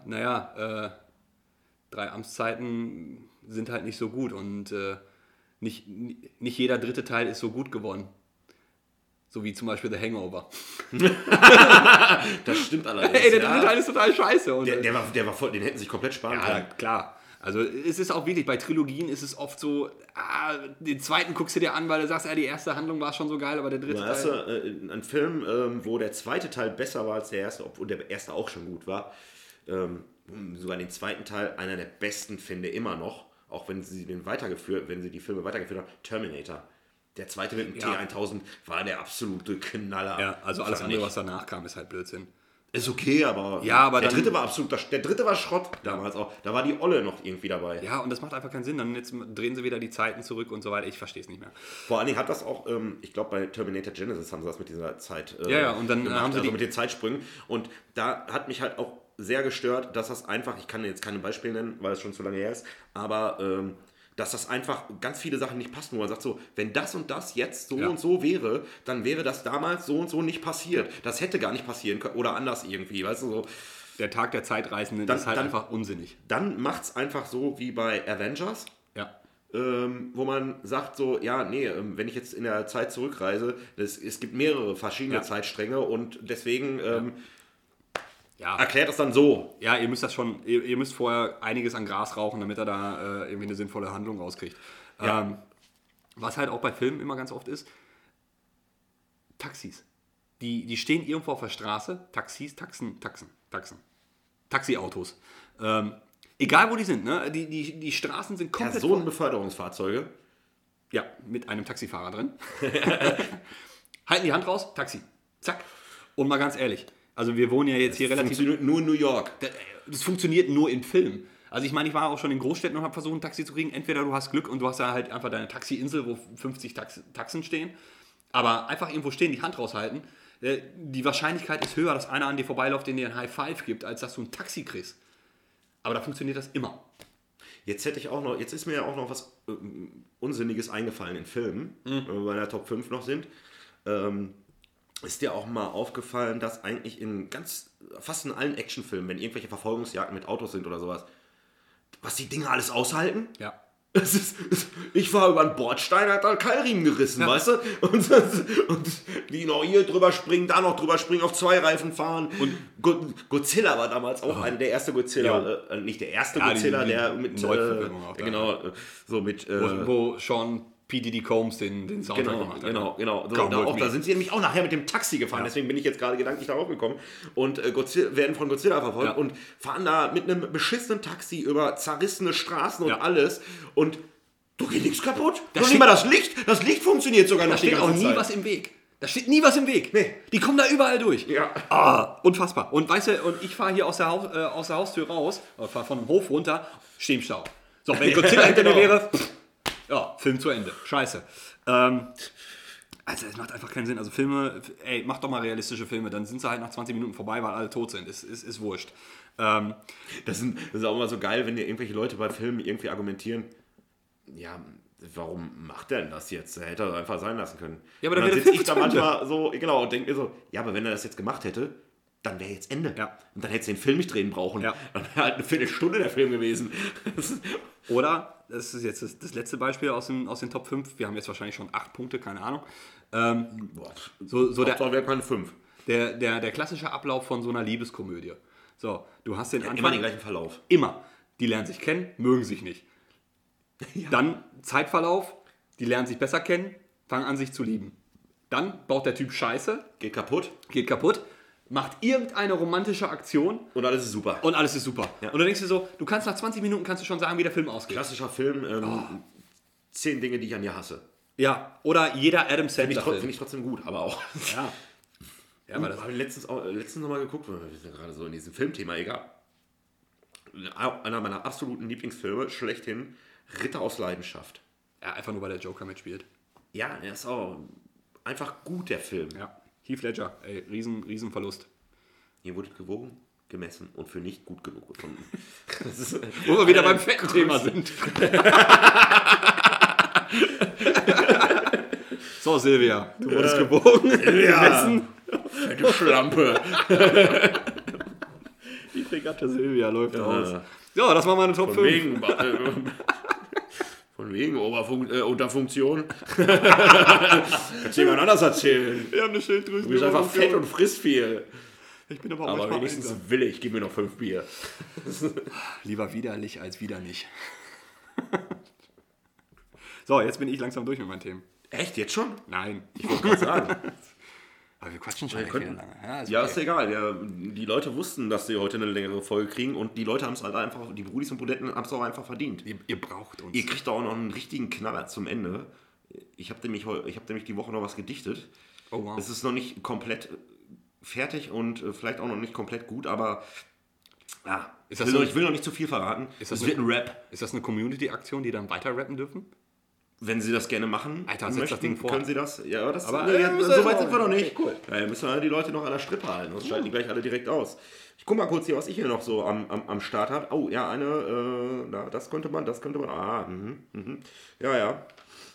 3 Amtszeiten sind halt nicht so gut und nicht jeder 3. Teil ist so gut geworden. So wie zum Beispiel The Hangover. Das stimmt allerdings. Ey, der 3. Teil ist total scheiße. Und der war voll, den hätten sich komplett sparen können. Ja, klar. Also es ist auch wirklich, bei Trilogien ist es oft so, den zweiten guckst du dir an, weil du sagst, die erste Handlung war schon so geil, aber der dritte Teil... Hast du einen Film, wo der zweite Teil besser war als der erste, obwohl der erste auch schon gut war, sogar den zweiten Teil einer der besten finde, immer noch, auch wenn sie die Filme weitergeführt haben, Terminator. Der zweite mit dem T-1000 war der absolute Knaller. Ja, also alles andere, was danach kam, ist halt Blödsinn. Ist okay, aber, der dritte war absolut, der dritte war Schrott damals auch. Da war die Olle noch irgendwie dabei. Ja, und das macht einfach keinen Sinn. Dann jetzt drehen sie wieder die Zeiten zurück und so weiter. Ich verstehe es nicht mehr. Vor allen Dingen hat das auch, ich glaube bei Terminator Genesis haben sie das mit dieser Zeit und dann gemacht, haben sie also mit den Zeitsprüngen. Und da hat mich halt auch sehr gestört, dass das einfach, ich kann jetzt keine Beispiele nennen, weil es schon zu lange her ist, aber dass das einfach ganz viele Sachen nicht passen, wo man sagt so, wenn das und das jetzt so und so wäre, dann wäre das damals so und so nicht passiert. Das hätte gar nicht passieren können oder anders irgendwie, weißt du so. Der Tag der Zeitreisenden ist halt einfach unsinnig. Dann macht es einfach so wie bei Avengers, wo man sagt so, wenn ich jetzt in der Zeit zurückreise, es gibt mehrere verschiedene Zeitstränge und deswegen... erklärt das dann so. Ja, ihr müsst vorher einiges an Gras rauchen, damit er da irgendwie eine sinnvolle Handlung rauskriegt. Ja. Was halt auch bei Filmen immer ganz oft ist, Taxis. Die stehen irgendwo auf der Straße, Taxen. Taxiautos. Egal wo die sind, ne? Die Straßen sind komplett... Personenbeförderungsfahrzeuge. Ja, mit einem Taxifahrer drin. Halten die Hand raus, Taxi. Zack. Und mal ganz ehrlich, also wir wohnen ja jetzt hier relativ... Funktioniert nur in New York. Das funktioniert nur in Filmen. Also ich meine, ich war auch schon in Großstädten und habe versucht, ein Taxi zu kriegen. Entweder du hast Glück und du hast da halt einfach deine Taxiinsel, wo 50 Taxen stehen. Aber einfach irgendwo stehen, die Hand raushalten. Die Wahrscheinlichkeit ist höher, dass einer an dir vorbeiläuft, den dir ein High Five gibt, als dass du ein Taxi kriegst. Aber da funktioniert das immer. Jetzt ist mir ja auch noch was Unsinniges eingefallen in Filmen, wenn wir bei der Top 5 noch sind. Ist dir auch mal aufgefallen, dass eigentlich fast in allen Actionfilmen, wenn irgendwelche Verfolgungsjagden mit Autos sind oder sowas, was die Dinger alles aushalten? Ja. Ich war über einen Bordstein, hat da einen Keilriemen gerissen, weißt du? Und die noch hier drüber springen, da noch drüber springen, auf 2 Reifen fahren. Und Godzilla war damals auch der erste Godzilla, nicht der erste Godzilla, der mit... wo Sean P. Diddy Combs den Soundtrack gemacht hat. Genau. Da sind sie nämlich auch nachher mit dem Taxi gefahren, deswegen bin ich jetzt gerade gedanklich darauf gekommen. Und werden von Godzilla verfolgt und fahren da mit einem beschissenen Taxi über zerrissene Straßen und alles. Und da geht nichts kaputt. Noch nicht mal das Licht. Das Licht funktioniert sogar noch die ganze Zeit. Da steht auch nie was im Weg. Da steht nie was im Weg. Nee. Die kommen da überall durch. Ja. Unfassbar. Und weißt du, ich fahre hier aus der Haustür raus, fahre von dem Hof runter, stehe im Stau. So, wenn Godzilla hinter mir wäre... Ja, Film zu Ende. Scheiße. Also es macht einfach keinen Sinn. Also Filme, mach doch mal realistische Filme, dann sind sie halt nach 20 Minuten vorbei, weil alle tot sind. Ist wurscht. Das ist auch immer so geil, wenn dir irgendwelche Leute bei Filmen irgendwie argumentieren, ja, warum macht der denn das jetzt? Er hätte er einfach sein lassen können. Ja, aber dann sitze ich da manchmal so, und denke mir so, ja, aber wenn er das jetzt gemacht hätte, dann wäre jetzt Ende. Ja. Und dann hätte sie den Film nicht drehen brauchen. Ja. Dann wäre halt eine Viertelstunde der Film gewesen. Oder, das ist jetzt das letzte Beispiel aus den Top 5. Wir haben jetzt wahrscheinlich schon 8 Punkte, keine Ahnung. wäre keine 5. Der klassische Ablauf von so einer Liebeskomödie. So, du hast den Anfang... Immer den gleichen Verlauf. Immer. Die lernen sich kennen, mögen sich nicht. Ja. Dann Zeitverlauf, die lernen sich besser kennen, fangen an sich zu lieben. Dann baut der Typ Scheiße. Geht kaputt. Macht irgendeine romantische Aktion. Und alles ist super. Ja. Und dann denkst du so, du kannst nach 20 Minuten schon sagen, wie der Film ausgeht. Klassischer Film, 10 Dinge, die ich an dir hasse. Ja, oder jeder Adam Sandler-Film. Finde ich trotzdem gut, aber auch. Ja. Ja, aber das habe ich letztens nochmal geguckt, wir sind gerade so in diesem Filmthema, egal. Einer meiner absoluten Lieblingsfilme, schlechthin, Ritter aus Leidenschaft. Ja, einfach nur, weil der Joker mitspielt. Ja, er ist auch einfach gut, der Film. Ja. Heath Ledger, riesen Verlust. Hier wurde gewogen, gemessen und für nicht gut genug befunden. Wo wir wieder beim fetten Thema sind. So, Silvia, du wurdest gewogen, gemessen. Fette Schlampe. Die Fregatte Silvia läuft aus. Ja, das war meine Top 5. Von wegen Unterfunktion. Kannst du jemand anders erzählen. Wir haben eine Schilddrüse. Du bist einfach fett und frisst viel. Ich bin aber auch Aber manchmal wenigstens einsam. will ich, gib mir noch 5 Bier. Lieber widerlich als wieder nicht. So, jetzt bin ich langsam durch mit meinen Themen. Echt, jetzt schon? Nein. Ich wollte gerade sagen. Aber wir quatschen schon Wir echt wieder könnten- lange. Ja, ist Ja, okay. ist egal. Ja, die Leute wussten, dass sie heute eine längere Folge kriegen und die Leute haben es halt einfach, die Brudis und Brudetten haben es auch einfach verdient. Ihr braucht uns. Ihr kriegt auch noch einen richtigen Knaller zum Ende. Ich habe nämlich die Woche noch was gedichtet. Oh, wow. Es ist noch nicht komplett fertig und vielleicht auch noch nicht komplett gut, aber ja, Ist das so- ich will noch nicht zu viel verraten. Ist das Es wird ein Rap. Ist das eine Community-Aktion, die dann weiter rappen dürfen? Wenn Sie das gerne machen Alter, setz das Ding vor. können Sie das. Ja, das Aber, nee, müssen so wir weit auch- sind wir noch nicht. okay, cool. Ja, müssen wir die Leute noch an der Strippe halten, sonst schalten die gleich alle direkt aus. Ich guck mal kurz hier, was ich hier noch so am Start habe. Oh, ja, das könnte man. Ja.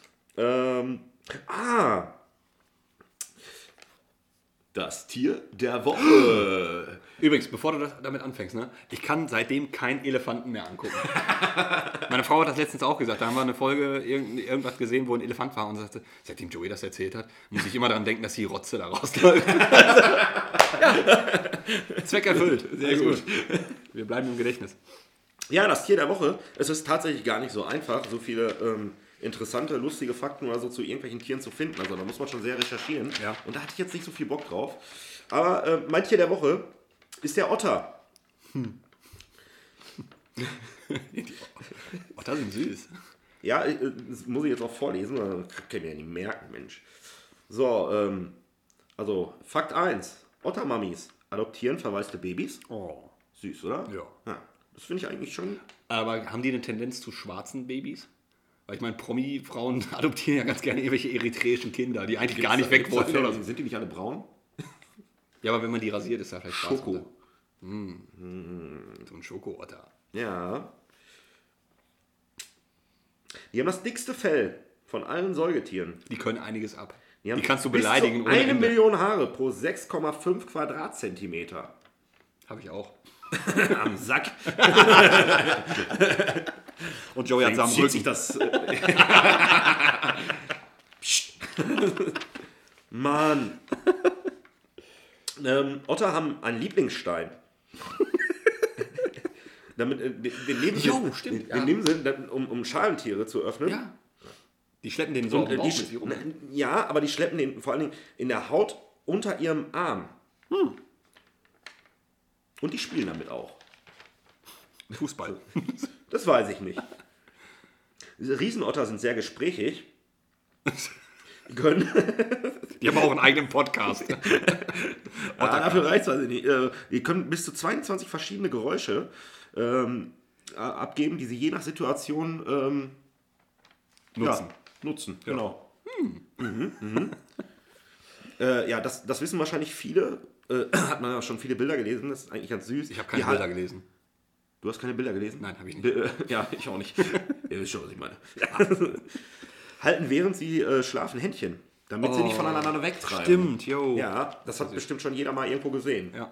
Das Tier der Woche. Übrigens, bevor du damit anfängst, ne? Ich kann seitdem keinen Elefanten mehr angucken. Meine Frau hat das letztens auch gesagt. Da haben wir eine Folge, irgendwas gesehen, wo ein Elefant war und sagte, seitdem Joey das erzählt hat, muss ich immer daran denken, dass die Rotze da rausläuft. Ja. Zweck erfüllt. Sehr gut. Wir bleiben im Gedächtnis. Ja, das Tier der Woche. Es ist tatsächlich gar nicht so einfach, so viele interessante, lustige Fakten oder so zu irgendwelchen Tieren zu finden. Also da muss man schon sehr recherchieren. Ja. Und da hatte ich jetzt nicht so viel Bock drauf. Aber mein Tier der Woche ist der Otter. Otter sind süß. Ja, das muss ich jetzt auch vorlesen, weil das kann ich mir ja nicht merken, Mensch. So, also Fakt 1. Ottermammis adoptieren verwaiste Babys. Oh. Süß, oder? Ja. Das finde ich eigentlich schon... Aber haben die eine Tendenz zu schwarzen Babys? Weil ich meine, Promi-Frauen adoptieren ja ganz gerne irgendwelche eritreischen Kinder, die eigentlich gar nicht weg Gibt's da wollen. Fälle? Oder so. Sind die nicht alle braun? Ja, aber wenn man die rasiert, ist da vielleicht schwarz. Schoko. So ein Schoko-Otter. Ja. Die haben das dickste Fell von allen Säugetieren. Die können einiges ab. Die, haben kannst du bis beleidigen zu ohne 1 Ende. Million Haare pro 6,5 Quadratzentimeter. Habe ich auch. Am Sack. Und Joey hat es am Zieht sich Rücken. das... Psst. Mann. Otter haben einen Lieblingsstein. Damit, den nehmen sie, Jo, stimmt, Den ja. nehmen sie, um Schalentiere zu öffnen. Ja. Die schleppen den so auf Und, den Bauch die, mit sich rum. ja, aber die schleppen den vor allen Dingen in der Haut unter ihrem Arm. Und die spielen damit auch. Fußball. Das weiß ich nicht. Diese Riesenotter sind sehr gesprächig. Können. Die haben auch einen eigenen Podcast. Dafür reicht es also nicht. Die können bis zu 22 verschiedene Geräusche abgeben, die sie je nach Situation Nutzen. Ja, nutzen. Genau. Ja, das wissen wahrscheinlich viele. Hat man ja schon viele Bilder gelesen. Das ist eigentlich ganz süß. Ich habe keine Die Bilder gelesen. Du hast keine Bilder gelesen? Nein, habe ich nicht. Ja, ich auch nicht. Ihr wisst schon, was ich meine. Halten während sie schlafen Händchen, damit sie nicht voneinander wegtreiben. Stimmt, jo. Ja, das hat bestimmt schon jeder mal irgendwo gesehen. Ja.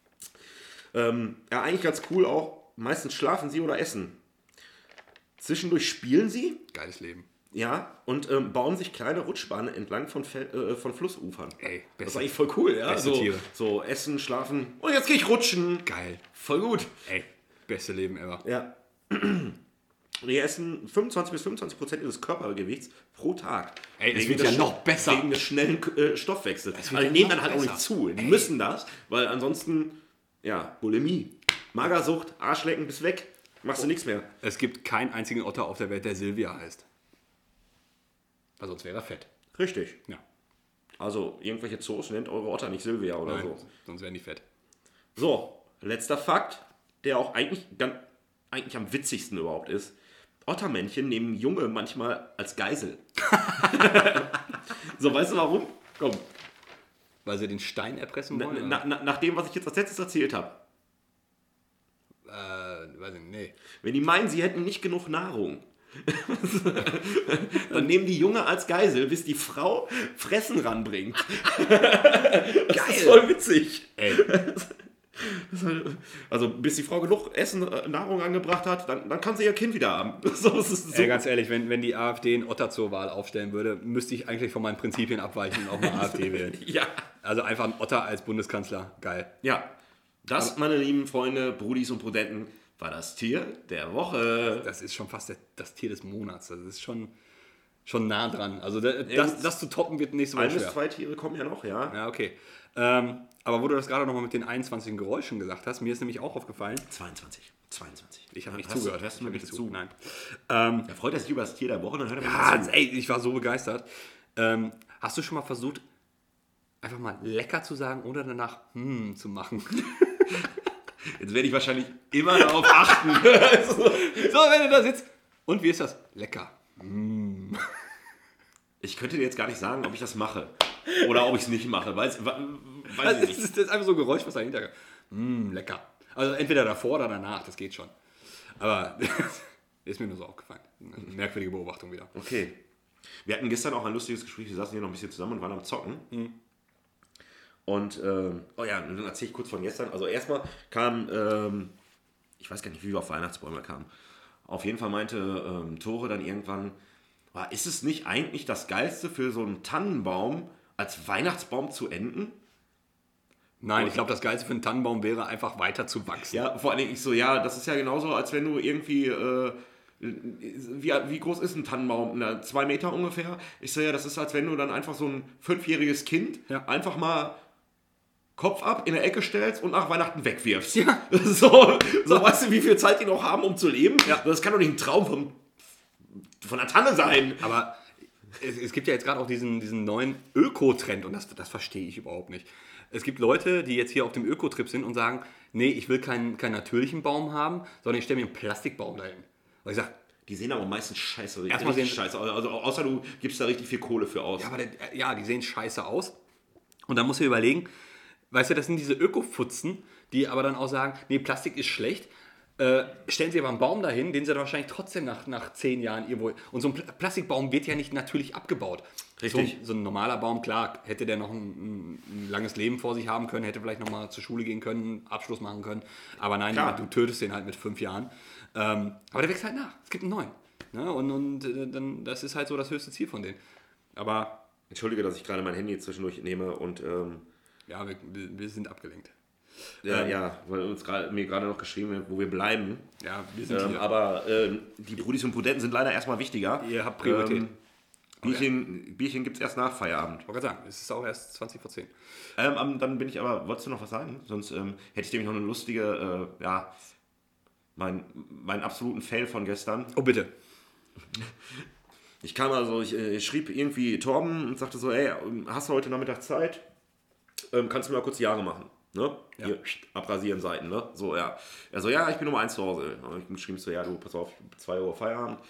Ja, eigentlich ganz cool auch. Meistens schlafen sie oder essen. Zwischendurch spielen sie, Geiles Leben. ja, und bauen sich kleine Rutschbahnen entlang von Flussufern. Ey, Das ist beste, eigentlich voll cool, ja. beste Tiere. So essen, schlafen. Und jetzt gehe ich rutschen. geil. Voll gut. Ey, beste Leben ever. Ja. Die essen 25% ihres Körpergewichts pro Tag. Ey, es Wegen wird des ja noch besser. Wegen des schnellen Stoffwechsels. Es Also wird die ja nehmen noch dann halt auch besser. nicht zu. Die müssen das, weil ansonsten, ja, Bulimie, Magersucht, Arschlecken, bis weg. Machst du nichts mehr. Es gibt keinen einzigen Otter auf der Welt, der Silvia heißt. Weil sonst wäre er fett. Richtig. Ja. Also, irgendwelche Zoos nennt eure Otter nicht Silvia oder Nein, so. sonst wären die fett. So, letzter Fakt, der auch eigentlich am witzigsten überhaupt ist. Ottermännchen nehmen Junge manchmal als Geisel. So, weißt du warum? Komm, Weil sie den Stein erpressen wollen? nach dem, was ich jetzt als letztes erzählt habe. Weiß ich nicht, nee. Wenn die meinen, sie hätten nicht genug Nahrung, dann nehmen die Junge als Geisel, bis die Frau Fressen ranbringt. Das ist voll witzig. Ey, Also bis die Frau genug Essen, Nahrung angebracht hat, dann kann sie ihr Kind wieder haben. So, es ist so. Ganz ehrlich, wenn die AfD in Otter zur Wahl aufstellen würde, müsste ich eigentlich von meinen Prinzipien abweichen und auch mal AfD wählen. Ja. Also einfach ein Otter als Bundeskanzler, geil. Ja, das, meine lieben Freunde, Brudis und Brudenten, war das Tier der Woche. Das ist schon fast das Tier des Monats. Das ist schon nah dran. Also das zu toppen wird nächste Woche 1 bis schwer. 2 Tiere kommen ja noch, ja. Ja, okay. Aber wo du das gerade nochmal mit den 21 Geräuschen gesagt hast, mir ist nämlich auch aufgefallen. 22. Ich habe nicht Hörst zugehört. Hörst du mir nicht bitte zu? Nein. Ja, freut er sich über das Tier der Woche, dann hört er mir Ja, zu. ey, ich war so begeistert. Hast du schon mal versucht, einfach mal lecker zu sagen, ohne danach zu machen? Jetzt werde ich wahrscheinlich immer darauf achten. So, wenn du da sitzt. Und wie ist das? Lecker. Ich könnte dir jetzt gar nicht sagen, ob ich das mache. Oder ob ich es nicht mache. Weiß Also, ich nicht. das ist einfach so ein Geräusch, was dahinter kommt. Lecker. Also entweder davor oder danach, das geht schon. Aber ist mir nur so aufgefallen. Eine merkwürdige Beobachtung wieder. Okay. Wir hatten gestern auch ein lustiges Gespräch. Wir saßen hier noch ein bisschen zusammen und waren am Zocken. Und, oh ja, dann erzähle ich kurz von gestern. Also erstmal kam, ich weiß gar nicht, wie wir auf Weihnachtsbäume kamen. Auf jeden Fall meinte Tore dann irgendwann, ist es nicht eigentlich das Geilste für so einen Tannenbaum als Weihnachtsbaum zu enden? Nein, ich glaube, das Geilste für einen Tannenbaum wäre einfach weiter zu wachsen. Ja, vor allen Dingen ich so, ja, das ist ja genauso, als wenn du irgendwie, wie groß ist ein Tannenbaum? 2 Meter ungefähr? Ich so, ja, das ist, als wenn du dann einfach so ein 5-jähriges Kind einfach mal Kopf ab in der Ecke stellst und nach Weihnachten wegwirfst. Ja. So, weißt du, wie viel Zeit die noch haben, um zu leben? Ja. Das kann doch nicht ein Traum von der Tanne sein. Aber es gibt ja jetzt gerade auch diesen neuen Öko-Trend und das verstehe ich überhaupt nicht. Es gibt Leute, die jetzt hier auf dem Öko-Trip sind und sagen, nee, ich will keinen natürlichen Baum haben, sondern ich stelle mir einen Plastikbaum dahin. Und ich sage, Die sehen aber meistens scheiße. Erstmal richtig sehen- scheiße. Also außer du gibst da richtig viel Kohle für aus. ja, aber die sehen scheiße aus. Und dann musst du dir überlegen, weißt du, das sind diese Öko-Futzen, die aber dann auch sagen, nee, Plastik ist schlecht. Stellen sie aber einen Baum dahin, den sie dann wahrscheinlich trotzdem nach 10 Jahren irgendwo... Und so ein Plastikbaum wird ja nicht natürlich abgebaut. Richtig. So ein normaler Baum, klar, hätte der noch ein langes Leben vor sich haben können, hätte vielleicht nochmal zur Schule gehen können, Abschluss machen können. Aber nein, Klar. du tötest den halt mit 5 Jahren. Aber der wächst halt nach. Es gibt einen neuen. Ne? Und dann, das ist halt so das höchste Ziel von denen. Aber Entschuldige, dass ich gerade mein Handy zwischendurch nehme und ja, wir sind abgelenkt. ja, weil mir gerade noch geschrieben wird, wo wir bleiben. Ja, wir sind hier. Aber die Brudis und Brudenten sind leider erstmal wichtiger. Ihr habt Priorität. Bierchen gibt es erst nach Feierabend. Ich wollte gerade sagen, es ist auch erst 20 vor 10. Dann bin ich aber, wolltest du noch was sagen? Sonst hätte ich nämlich noch eine lustige, meinen absoluten Fail von gestern. Oh, bitte. Ich kam also, ich schrieb irgendwie Torben und sagte so, ey, hast du heute Nachmittag Zeit? Kannst du mir mal kurz die Haare machen? Ne? Ja. Hier, abrasieren Seiten, ne? So, ja. Er so, ja, ich bin um 1 zu Hause. Und ich schrieb so, ja, du, pass auf, 2 Uhr Feierabend.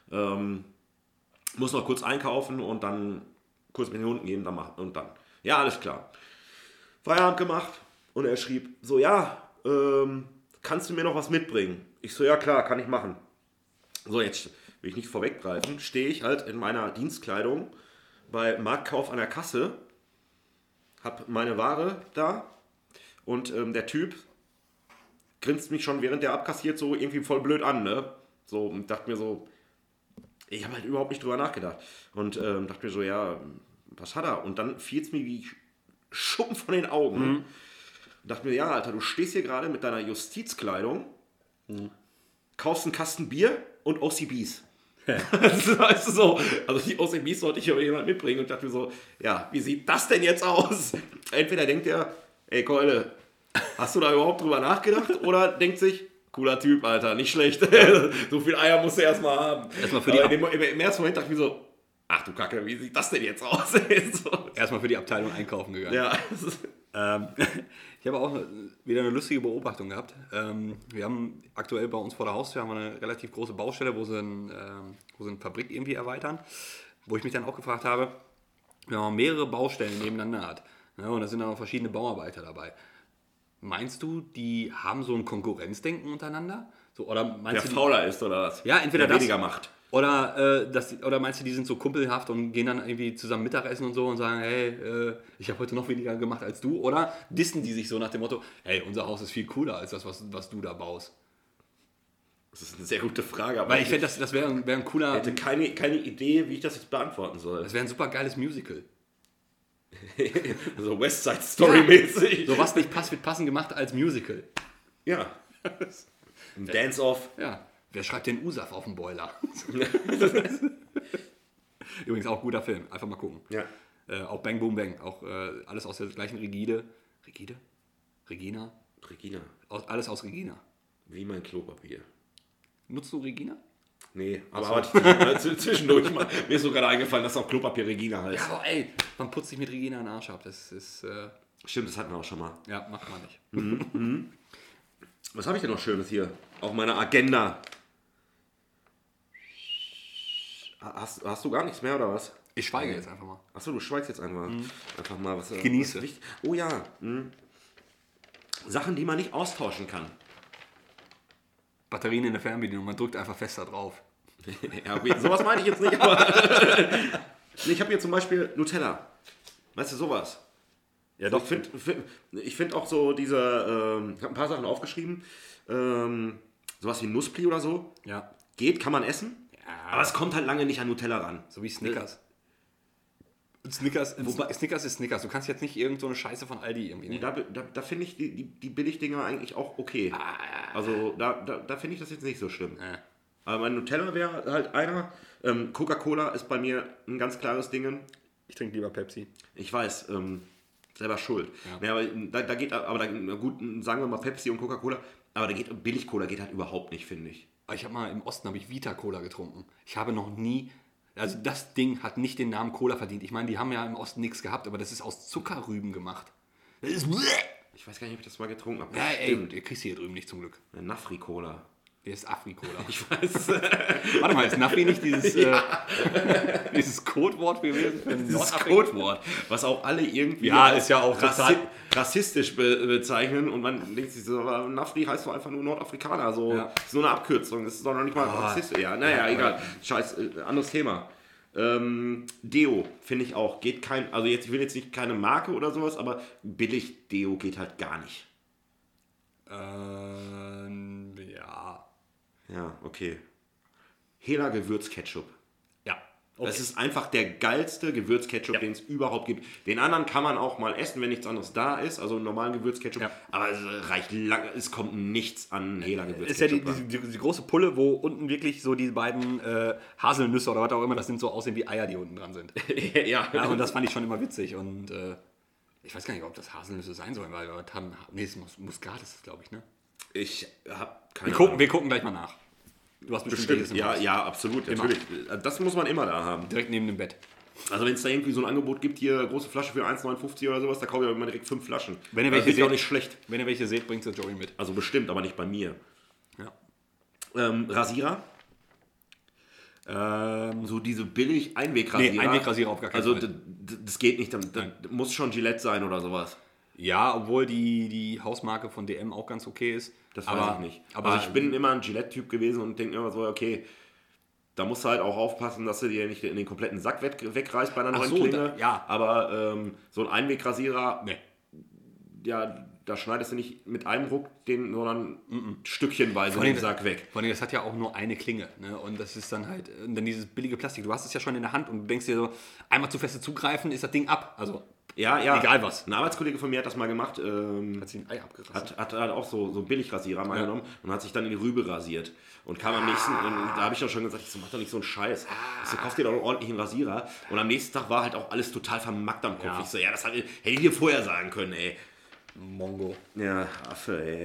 Muss noch kurz einkaufen und dann kurz mit den Hunden gehen und dann. Ja, alles klar. Feierabend gemacht und er schrieb so, ja, kannst du mir noch was mitbringen? Ich so, ja klar, kann ich machen. So, jetzt will ich nicht vorweggreifen, stehe ich halt in meiner Dienstkleidung bei Marktkauf an der Kasse, hab meine Ware da und der Typ grinst mich schon, während der abkassiert, so irgendwie voll blöd an, ne? So, und dachte mir so, ich habe halt überhaupt nicht drüber nachgedacht. Und dachte mir so, ja, was hat er? Und dann fiel es mir wie Schuppen von den Augen. Und dachte mir, ja, Alter, du stehst hier gerade mit deiner Justizkleidung, kaufst einen Kasten Bier und OCBs. Weißt du so, also die OCBs sollte ich aber jemand mitbringen und dachte mir so, ja, wie sieht das denn jetzt aus? Entweder denkt er, ey Keule, hast du da überhaupt drüber nachgedacht? Oder denkt sich, cooler Typ, Alter, nicht schlecht. So viel Eier musst du erstmal haben. Erstmal für Im ersten Moment dachte ich mir so, ach du Kacke, wie sieht das denn jetzt aus? So. Erstmal für die Abteilung einkaufen gegangen. Ja. Ich habe auch wieder eine lustige Beobachtung gehabt. Wir haben aktuell bei uns vor der Haustür eine relativ große Baustelle, wo sie eine Fabrik irgendwie erweitern. Wo ich mich dann auch gefragt habe, wenn man mehrere Baustellen nebeneinander hat, ne, und da sind dann auch verschiedene Bauarbeiter dabei. Meinst du, die haben so ein Konkurrenzdenken untereinander? So, oder Der meinst du, fauler ist oder was? Ja, entweder der das weniger macht. oder meinst du, die sind so kumpelhaft und gehen dann irgendwie zusammen Mittagessen und so und sagen, hey, ich habe heute noch weniger gemacht als du? Oder dissen die sich so nach dem Motto, hey, unser Haus ist viel cooler als das, was du da baust? Das ist eine sehr gute Frage, aber Weil ich finde, das wäre ein cooler, hätte keine Idee, wie ich das jetzt beantworten soll. das wäre ein super geiles Musical. So West Side Story mäßig. So was nicht passt, wird passend gemacht als Musical. Ja. Ein Dance-Off. Ja. Wer schreibt den USAF auf den Boiler? Übrigens auch guter Film. Einfach mal gucken. Ja. Auch Bang Boom Bang. Auch alles aus der gleichen Regide. Regide? Regina? Regina. Alles aus Regina. Wie mein Klopapier. Nutzt du Regina? Nee, aber zwischendurch mal. Mir ist so gerade eingefallen, dass auch Klopapier Regina heißt. Ja, aber ey, man putzt sich mit Regina den Arsch ab. Das ist, Stimmt, das hatten wir auch schon mal. ja, macht man nicht. Was habe ich denn noch Schönes hier auf meiner Agenda? Hast du gar nichts mehr oder was? Ich schweige jetzt einfach mal. Achso, du schweigst jetzt einfach. Einfach mal was. Genieße. Was wichtig. Oh ja. Sachen, die man nicht austauschen kann. Batterien in der Fernbedienung, man drückt einfach fest da drauf. Ja, okay, sowas meine ich jetzt nicht, aber ich habe hier zum Beispiel Nutella. Weißt du, sowas. Ja, doch. Ich find auch so diese, ich habe ein paar Sachen aufgeschrieben, sowas wie Nusspli oder so. Ja. Geht, kann man essen, Ja. aber es kommt halt lange nicht an Nutella ran. So wie Snickers. Snickers ist Snickers. Du kannst jetzt nicht irgend so eine Scheiße von Aldi irgendwie nehmen. Da finde ich die Billigdinger eigentlich auch okay. Also da finde ich das jetzt nicht so schlimm. Aber mein Nutella wäre halt einer. Coca-Cola ist bei mir ein ganz klares Ding. Ich trinke lieber Pepsi. Ich weiß, selber schuld. Ja. Ja, aber da geht, aber da, gut, sagen wir mal Pepsi und Coca-Cola, aber da geht Billig-Cola geht halt überhaupt nicht, finde ich. Ich habe mal im Osten Vita-Cola getrunken. Ich habe noch nie, also das Ding hat nicht den Namen Cola verdient. Ich meine, die haben ja im Osten nichts gehabt, aber das ist aus Zuckerrüben gemacht. Das ist Ich weiß gar nicht, ob ich das mal getrunken habe. ja, ey, ihr kriegst hier drüben nicht zum Glück. Nafri-Cola. Der ist Afri-Cola. Ich weiß. Warte mal, ist Nafri nicht dieses Codewort gewesen? Dieses Codewort, was auch alle irgendwie ist ja auch rassistisch bezeichnen und man denkt sich so, aber Nafri heißt doch einfach nur Nordafrikaner, also ist nur eine Abkürzung, das ist doch noch nicht mal rassistisch. Ja, naja, egal, scheiß, anderes Thema. Deo, finde ich auch, geht kein, also jetzt, ich will jetzt nicht keine Marke oder sowas, aber billig Deo geht halt gar nicht. Ja. Ja, okay. Hela Gewürzketchup. Ja. Okay. Das ist einfach der geilste Gewürzketchup, den es überhaupt gibt. Den anderen kann man auch mal essen, wenn nichts anderes da ist, also einen normalen Gewürzketchup. Ja. Aber es reicht lange, es kommt nichts an Hela Gewürzketchup. Ist ja die große Pulle, wo unten wirklich so die beiden Haselnüsse oder was auch immer das sind, so aussehen wie Eier, die unten dran sind. Ja, und das fand ich schon immer witzig. Und ich weiß gar nicht, ob das Haselnüsse sein sollen, weil wir haben. Nee, es Muskat ist es, glaube ich, ne? Ich habe keine Ahnung. Wir gucken gleich mal nach. Du hast bestimmt ja, absolut, natürlich. Das muss man immer da haben. Direkt neben dem Bett. Also wenn es da irgendwie so ein Angebot gibt, hier große Flasche für 1,59 oder sowas, da kaufe ich immer direkt 5 Flaschen. Wenn ihr welche ist auch nicht schlecht. Wenn ihr welche seht, bringt sie Joey mit. Also bestimmt, aber nicht bei mir. Ja. Rasierer? So diese billig Einwegrasierer. Nee, Einwegrasierer auf gar keinen Fall. Also das geht nicht, dann muss schon Gillette sein oder sowas. Ja, obwohl die Hausmarke von DM auch ganz okay ist. Das weiß ich nicht. Aber ich bin immer ein Gillette-Typ gewesen und denke immer so, okay, da musst du halt auch aufpassen, dass du dir nicht in den kompletten Sack wegreißt bei einer neuen Klinge. Ja. Aber so ein Einwegrasierer, ja, da schneidest du nicht mit einem Ruck sondern stückchenweise den Sack weg. Vor allem, das hat ja auch nur eine Klinge. Ne? Und das ist dann halt, dann dieses billige Plastik. Du hast es ja schon in der Hand und du denkst dir so, einmal zu feste zugreifen, ist das Ding ab. Also ja. Egal was. Ein Arbeitskollege von mir hat das mal gemacht. Hat sich ein Ei abgerasselt. Hat auch so Billigrasierer mal genommen und hat sich dann in die Rübe rasiert. Und kam am nächsten, und da habe ich dann schon gesagt, mach doch nicht so einen Scheiß. Ich kauf dir doch einen ordentlichen Rasierer. Und am nächsten Tag war halt auch alles total vermackt am Kopf. Ja. Ich so, das hätte ich dir vorher sagen können, ey. Mongo. Ja, Affe, ey.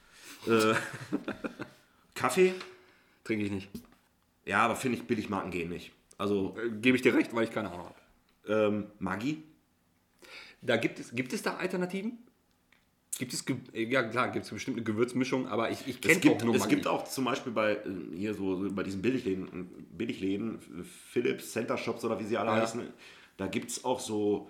Kaffee? Trinke ich nicht. Ja, aber finde ich, Billigmarken gehen nicht. Also gebe ich dir recht, weil ich keine Ahnung habe. Maggi? Da gibt es da Alternativen? Ja klar, gibt es bestimmt eine Gewürzmischung, aber ich kenne auch nur Maggi. Es gibt auch zum Beispiel bei diesen Billigläden, Philips, Center Shops oder wie sie alle heißen, da gibt es auch so,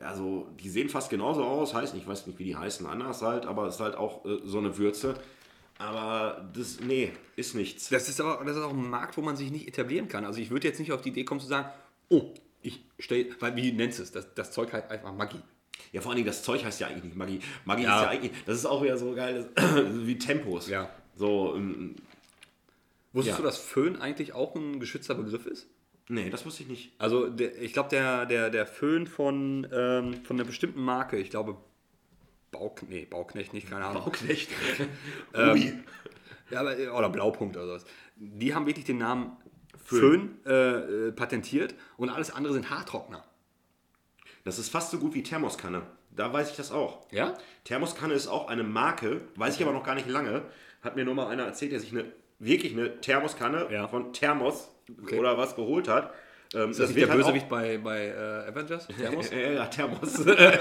die sehen fast genauso aus, ich weiß nicht, wie die heißen, anders halt, aber es ist halt auch so eine Würze. Aber das, nee, ist nichts. Das ist auch ein Markt, wo man sich nicht etablieren kann. Also ich würde jetzt nicht auf die Idee kommen zu sagen, oh, ich stelle, weil wie nennst du es? Das Zeug heißt einfach Maggi. Ja, vor allen Dingen, das Zeug heißt ja eigentlich nicht Maggi. Maggi Ja. ist ja eigentlich, das ist auch wieder so geil, wie Tempos. Ja. So, Wusstest Ja. du, dass Föhn eigentlich auch ein geschützter Begriff ist? nee, das wusste ich nicht. Also ich glaube, der Föhn von einer bestimmten Marke, ich glaube Bauknecht nicht, keine Ahnung. Bauknecht. Ui. Ja, oder Blaupunkt oder sowas. Die haben wirklich den Namen Föhn patentiert und alles andere sind Haartrockner. Das ist fast so gut wie Thermoskanne. Da weiß ich das auch. Ja? Thermoskanne ist auch eine Marke, weiß ich aber noch gar nicht lange. Hat mir nur mal einer erzählt, der sich wirklich eine Thermoskanne von Thermos oder was geholt hat. Ist das nicht der Bösewicht bei Avengers? Thermos? Ja, Thermos.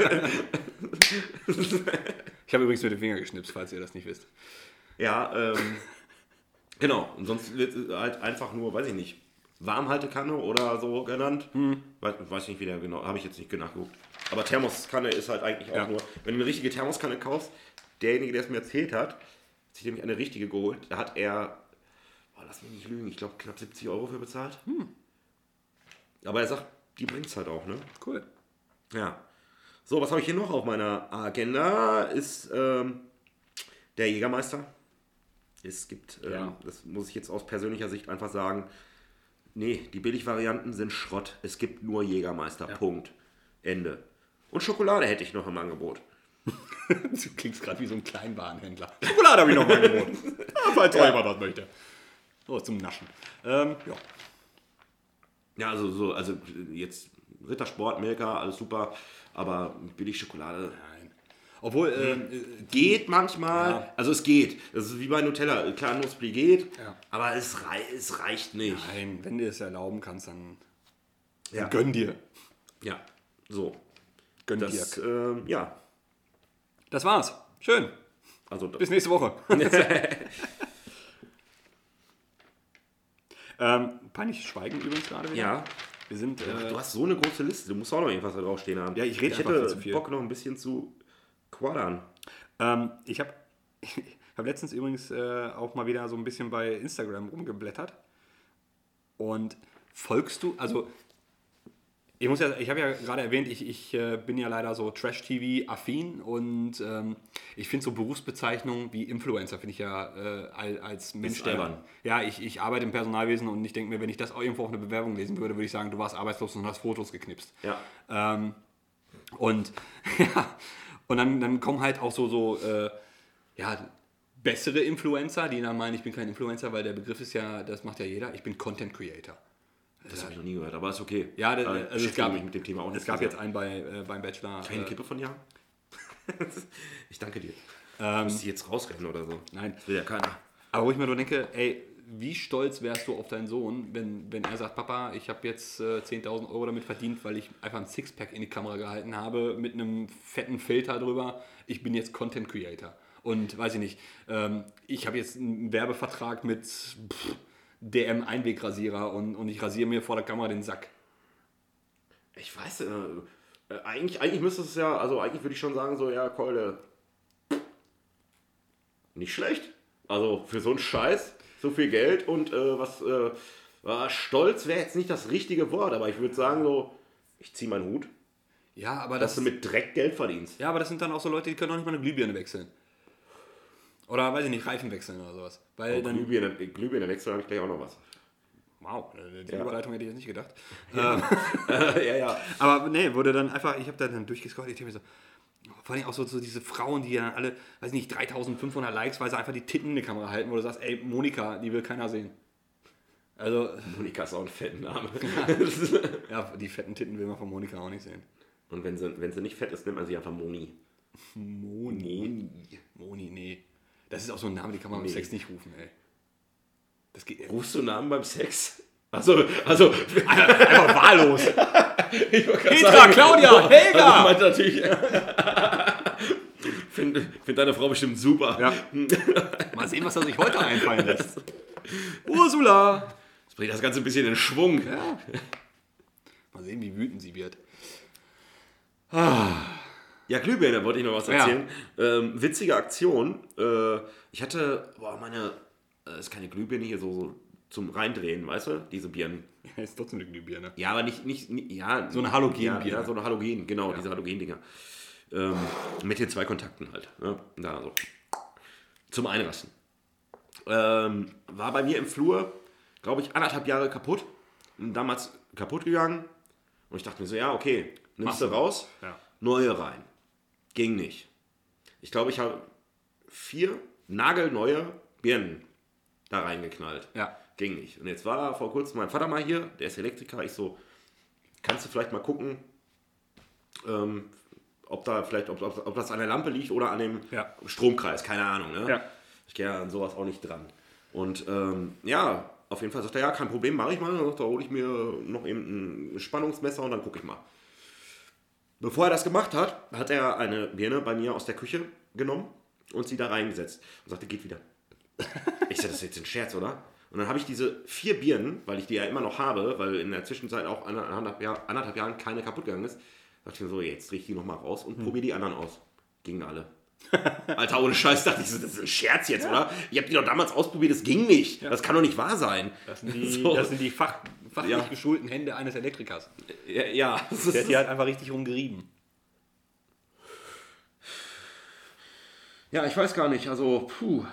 Ich habe übrigens mit dem Finger geschnipst, falls ihr das nicht wisst. Ja, genau. Und sonst wird es halt einfach nur, weiß ich nicht, Warmhaltekanne oder so genannt. Weiß nicht, wie der genau, habe ich jetzt nicht nachgeguckt. Aber Thermoskanne ist halt eigentlich auch nur, wenn du eine richtige Thermoskanne kaufst, derjenige, der es mir erzählt hat sich nämlich eine richtige geholt, da hat er, lass mich nicht lügen, ich glaube knapp 70 € für bezahlt. Aber er sagt, die bringt es halt auch, ne? Cool. Ja. So, was habe ich hier noch auf meiner Agenda? Ist der Jägermeister. Es gibt, das muss ich jetzt aus persönlicher Sicht einfach sagen, nee, die Billigvarianten sind Schrott. Es gibt nur Jägermeister. Ja. Punkt. Ende. Und Schokolade hätte ich noch im Angebot. Du klingst gerade wie so ein Kleinwarenhändler. Schokolade habe ich noch im Angebot. Falls jemand das möchte. So, zum Naschen. Ja, also jetzt Rittersport, Milka, alles super, aber billig Schokolade. Nein. Obwohl, geht manchmal, Ja. Also es geht. Das ist wie bei Nutella. Klar, Nussbli geht, Ja. aber es reicht nicht. nein, wenn du es erlauben kannst, dann Ja. gönn dir. Ja, so. Gönn Das, dir. ja, Das war's. Schön. also Bis nächste Woche. Peinliches Schweigen übrigens gerade wieder. ja. Wir sind. Du hast so eine große Liste, du musst auch noch irgendwas da draufstehen haben. Ja, ich rede Ich einfach viel hätte zu viel. Bock noch ein bisschen zu quaddern. Ich habe hab letztens übrigens auch mal wieder so ein bisschen bei Instagram rumgeblättert. Und folgst du, also ich habe ja gerade erwähnt, ich bin ja leider so Trash-TV-affin und ich finde so Berufsbezeichnungen wie Influencer, finde ich ja als Mensch, albern. Ja, ich arbeite im Personalwesen und ich denke mir, wenn ich das auch irgendwo auf eine Bewerbung lesen würde, würde ich sagen, du warst arbeitslos und hast Fotos geknipst. Ja. Und ja, und dann kommen halt auch so bessere Influencer, die dann meinen, ich bin kein Influencer, weil der Begriff ist ja, das macht ja jeder, ich bin Content Creator. Das habe ich noch nie gehört, aber ist okay. Ja, Also es gab mich mit dem Thema auch nicht. Es gab jetzt einen beim Bachelor. keine Kippe von dir haben? Ich danke dir. Muss ich jetzt rausrennen oder so? Nein. Das will ja keiner. Aber wo ich mir nur denke, ey, wie stolz wärst du auf deinen Sohn, wenn er sagt, Papa, ich habe jetzt 10.000 € damit verdient, weil ich einfach ein Sixpack in die Kamera gehalten habe, mit einem fetten Filter drüber. Ich bin jetzt Content Creator. Und weiß ich nicht, ich habe jetzt einen Werbevertrag mit DM-Einwegrasierer und ich rasiere mir vor der Kamera den Sack. Ich weiß, eigentlich müsste es ja, also eigentlich würde ich schon sagen, so, ja, Keule, nicht schlecht. Also für so einen Scheiß, so viel Geld und stolz wäre jetzt nicht das richtige Wort, aber ich würde sagen so, ich ziehe meinen Hut, Ja, aber dass du mit Dreck Geld verdienst. Ja, aber das sind dann auch so Leute, die können auch nicht mal eine Glühbirne wechseln. Oder, weiß ich nicht, Reifen wechseln oder sowas. Weil dann, Glühbirne wechseln habe ich gleich auch noch was. wow, die Überleitung hätte ich jetzt nicht gedacht. Ja. Aber nee, wurde dann einfach, ich habe da dann durchgescrollt, ich denke mir so, vor allem auch so diese Frauen, die ja alle, weiß nicht, 3.500 Likes, weil sie einfach die Titten in die Kamera halten, wo du sagst, ey, Monika, die will keiner sehen. Also, Monika ist auch ein fetter Name. ja, die fetten Titten will man von Monika auch nicht sehen. Und wenn sie nicht fett ist, nennt man sie einfach Moni. Moni, nee. Das ist auch so ein Name, den kann man beim Sex nicht rufen, ey. Das geht. Rufst du Namen beim Sex? Also Einfach wahllos. Petra, Claudia, Helga! Also ich meinte natürlich, find deine Frau bestimmt super. Ja. Mal sehen, was er sich heute einfallen lässt. Ursula! Das bringt das Ganze ein bisschen in Schwung. Ja. Mal sehen, wie wütend sie wird. Ja, Glühbirne wollte ich noch was erzählen. Witzige Aktion. Ich hatte, ist keine Glühbirne hier so zum Reindrehen, weißt du? Diese Birnen. Ja, ist trotzdem eine Glühbirne. Ja, aber nicht ja. So eine Halogenbirne. Ja, so eine Halogen, genau, diese Halogendinger. Mit den 2 Kontakten halt. Ne? Da so. Zum Einrasten. War bei mir im Flur, glaube ich, 1,5 Jahre kaputt. Damals kaputt gegangen. Und ich dachte mir so, ja, okay, nimmst du raus, neue rein. Ging nicht. Ich glaube, ich habe 4 nagelneue Birnen da reingeknallt. Ja. Ging nicht. Und jetzt war vor kurzem mein Vater mal hier, der ist Elektriker. Ich so, kannst du vielleicht mal gucken, ob das an der Lampe liegt oder an dem Stromkreis, keine Ahnung. Ne? Ja. Ich gehe an sowas auch nicht dran. Und auf jeden Fall sagt er, ja, kein Problem, mache ich mal. Dann sagt er, hole ich mir noch eben ein Spannungsmesser und dann gucke ich mal. Bevor er das gemacht hat, hat er eine Birne bei mir aus der Küche genommen und sie da reingesetzt. Und sagte, geht wieder. Ich sage, das ist jetzt ein Scherz, oder? Und dann habe ich diese 4 Birnen, weil ich die ja immer noch habe, weil in der Zwischenzeit auch 1,5 Jahren keine kaputt gegangen ist, dachte ich mir so, jetzt riech die nochmal raus und probiere die anderen aus. Gingen alle. Alter, ohne Scheiß, dachte ich so, das ist ein Scherz jetzt, oder? Ich habe die doch damals ausprobiert, das ging nicht. Ja. Das kann doch nicht wahr sein. Das sind die fachlich geschulten Hände eines Elektrikers. Ja. Der hat die halt einfach richtig rumgerieben. Ja, ich weiß gar nicht, also,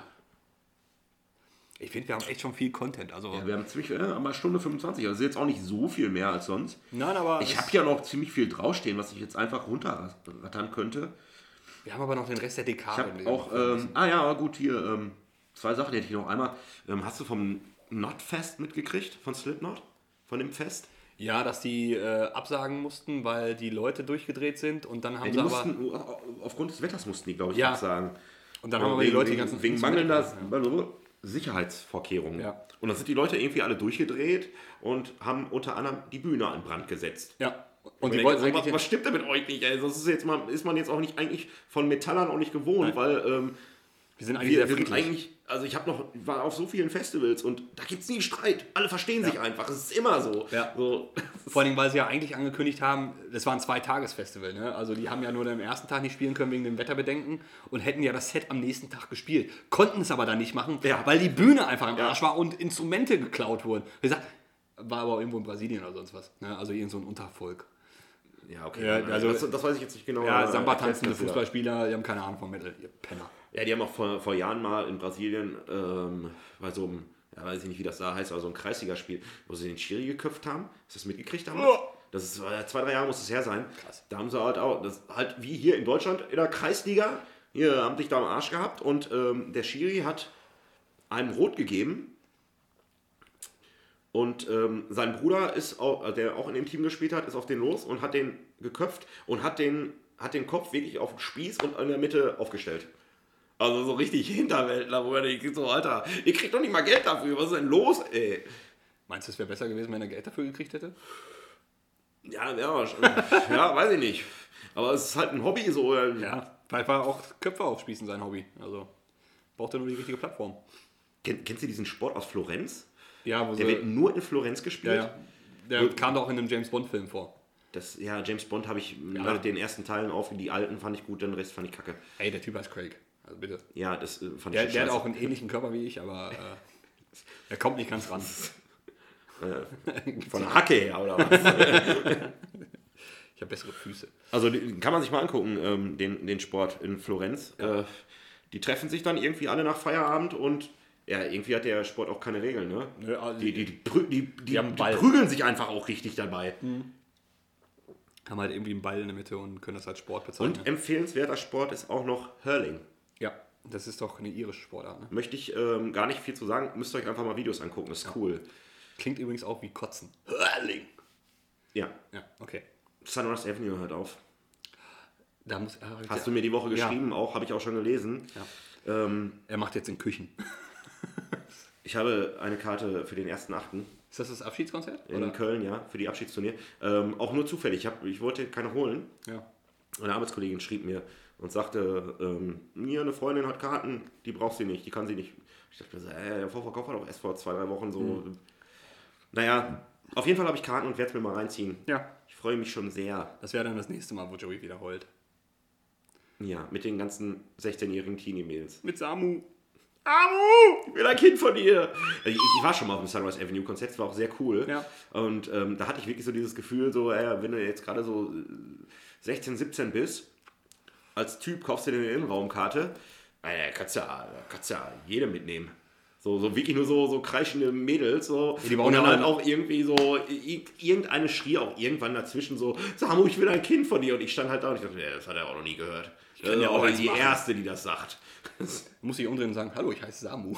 Ich finde, wir haben echt schon viel Content. Also ja, wir haben ziemlich, aber Stunde 25, also jetzt auch nicht so viel mehr als sonst. Nein, aber... Ich habe ja noch ziemlich viel draufstehen, was ich jetzt einfach runterrattern könnte. Wir haben aber noch den Rest der Dekade. Ich habe auch, gut, hier, 2 Sachen hätte ich noch. Einmal, hast du vom Knotfest mitgekriegt, von Slipknot, von dem Fest? Ja, dass die absagen mussten, weil die Leute durchgedreht sind und dann haben aufgrund des Wetters mussten die, glaube ich, absagen. Und dann haben aber die Leute die ganzen... Wegen mangelnder Sicherheitsvorkehrungen. Ja. Und dann sind die Leute irgendwie alle durchgedreht und haben unter anderem die Bühne in Brand gesetzt. Ja. Und die wollten so, was stimmt da mit euch nicht? Also das ist man jetzt auch nicht eigentlich von Metallern auch nicht gewohnt, weil wir sind eigentlich sehr friedlich. Also ich war auf so vielen Festivals und da gibt es nie Streit. Alle verstehen sich einfach. Es ist immer so. Ja. So. Vor allem, weil sie ja eigentlich angekündigt haben, das war ein 2-Tages-Festival. Ne? Also die haben ja nur am ersten Tag nicht spielen können wegen dem Wetterbedenken und hätten ja das Set am nächsten Tag gespielt. Konnten es aber dann nicht machen, weil die Bühne einfach im Arsch war und Instrumente geklaut wurden. Wie gesagt, war aber irgendwo in Brasilien oder sonst was. Ne? Also irgend so ein Untervolk. Ja, okay. Ja, also, das weiß ich jetzt nicht genau. Ja, Samba-tanzende Fußballspieler, die haben keine Ahnung von Metal, ihr Penner. Ja, die haben auch vor Jahren mal in Brasilien bei so einem, weiß ich nicht, wie das da heißt, aber so ein Kreisligaspiel, wo sie den Schiri geköpft haben. Hast du das mitgekriegt damals? Oh. Das ist 2-3 Jahre muss es her sein. Krass. Da haben sie halt auch, das halt wie hier in Deutschland in der Kreisliga, hier haben dich da am Arsch gehabt und der Schiri hat einem Rot gegeben. Und sein Bruder ist auch, der auch in dem Team gespielt hat, ist auf den los und hat den geköpft und hat den Kopf wirklich auf den Spieß und in der Mitte aufgestellt. Also so richtig Hinterwäldler, wo er denkt, so, Alter, ihr kriegt doch nicht mal Geld dafür, was ist denn los, ey? Meinst du, es wäre besser gewesen, wenn er Geld dafür gekriegt hätte? Ja, weiß ich nicht. Aber es ist halt ein Hobby so. Ja, vielleicht war auch Köpfe aufspießen sein Hobby. Also braucht er nur die richtige Plattform. Kennst du diesen Sport aus Florenz? Ja, der wird nur in Florenz gespielt. Ja. Der kam doch in einem James-Bond-Film vor. James Bond habe ich den ersten Teilen die alten fand ich gut, den Rest fand ich kacke. Ey, der Typ heißt Craig. Also bitte. Ja, das fand ich der hat auch einen ähnlichen Körper wie ich, aber er kommt nicht ganz ran. Von der Hacke her, oder was? Ich habe bessere Füße. Also kann man sich mal angucken, den Sport in Florenz. Ja. Die treffen sich dann irgendwie alle nach Feierabend und irgendwie hat der Sport auch keine Regeln, ne? Nö, also die prügeln sich einfach auch richtig dabei. Haben halt irgendwie einen Ball in der Mitte und können das als Sport bezeichnen. Und empfehlenswerter Sport ist auch noch Hurling. Ja, das ist doch eine irische Sportart. Ne? Möchte ich gar nicht viel zu sagen. Müsst ihr euch einfach mal Videos angucken, das ist cool. Klingt übrigens auch wie Kotzen. Hurling. Ja. Ja, okay. Sunrise Avenue hört auf. Da Hast du mir die Woche geschrieben, auch habe ich auch schon gelesen. Ja. Er macht jetzt in Küchen. Ich habe eine Karte für den 1.8. Ist das Abschiedskonzert? In Köln, ja, für die Abschiedsturnier. Auch nur zufällig. Ich wollte keine holen. Ja. Eine Arbeitskollegin schrieb mir und sagte, mir eine Freundin hat Karten, die braucht sie nicht, die kann sie nicht. Ich dachte mir so, der Vorverkauf war doch erst vor 2-3 Wochen so. Naja, auf jeden Fall habe ich Karten und werde es mir mal reinziehen. Ja. Ich freue mich schon sehr. Das wäre dann das nächste Mal, wo Joey wieder heult. Ja, mit den ganzen 16-jährigen Teenie-Mädels. Mit Samu. Amu, ich will ein Kind von dir. Ich war schon mal auf dem Sunrise Avenue Konzert, das war auch sehr cool. Ja. Und da hatte ich wirklich so dieses Gefühl, so, wenn du jetzt gerade so 16, 17 bist, als Typ kaufst du dir eine Innenraumkarte, kannst ja jede mitnehmen. So wirklich nur so kreischende Mädels. So. Die und dann halt auch irgendwie so, irgendeine schrie auch irgendwann dazwischen so, Samu, ich will ein Kind von dir. Und ich stand halt da und ich dachte, das hat er auch noch nie gehört. Ich bin ja auch die Erste, die das sagt. Muss ich umdrehen und sagen, hallo, ich heiße Samu.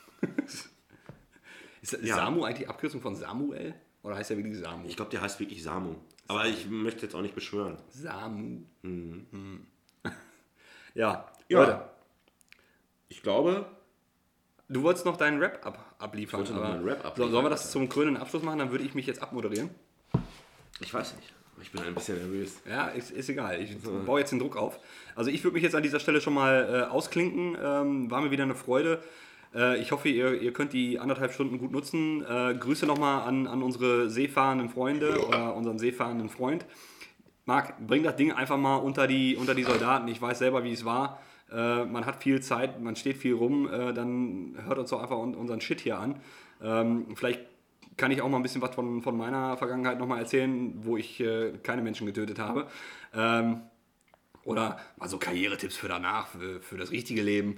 Ist Samu eigentlich die Abkürzung von Samuel? Oder heißt er wirklich Samu? Ich glaube, der heißt wirklich Samu. Aber ich möchte jetzt auch nicht beschwören. Samu. Ja, Leute. Ich glaube... Du wolltest noch deinen Rap abliefern. Sollen wir das zum krönenden Abschluss machen? Dann würde ich mich jetzt abmoderieren. Ich weiß nicht. Ich bin ein bisschen nervös. Ja, ist egal. Ich baue jetzt den Druck auf. Also ich würde mich jetzt an dieser Stelle schon mal ausklinken. War mir wieder eine Freude. Ich hoffe, ihr könnt die 1,5 Stunden gut nutzen. Grüße nochmal an unsere seefahrenden Freunde oder unseren seefahrenden Freund. Marc, bring das Ding einfach mal unter die Soldaten. Ich weiß selber, wie es war. Man hat viel Zeit, man steht viel rum. Dann hört uns doch einfach unseren Shit hier an. Vielleicht kann ich auch mal ein bisschen was von meiner Vergangenheit nochmal erzählen, wo ich keine Menschen getötet habe. Oder mal so Karrieretipps für danach, für das richtige Leben.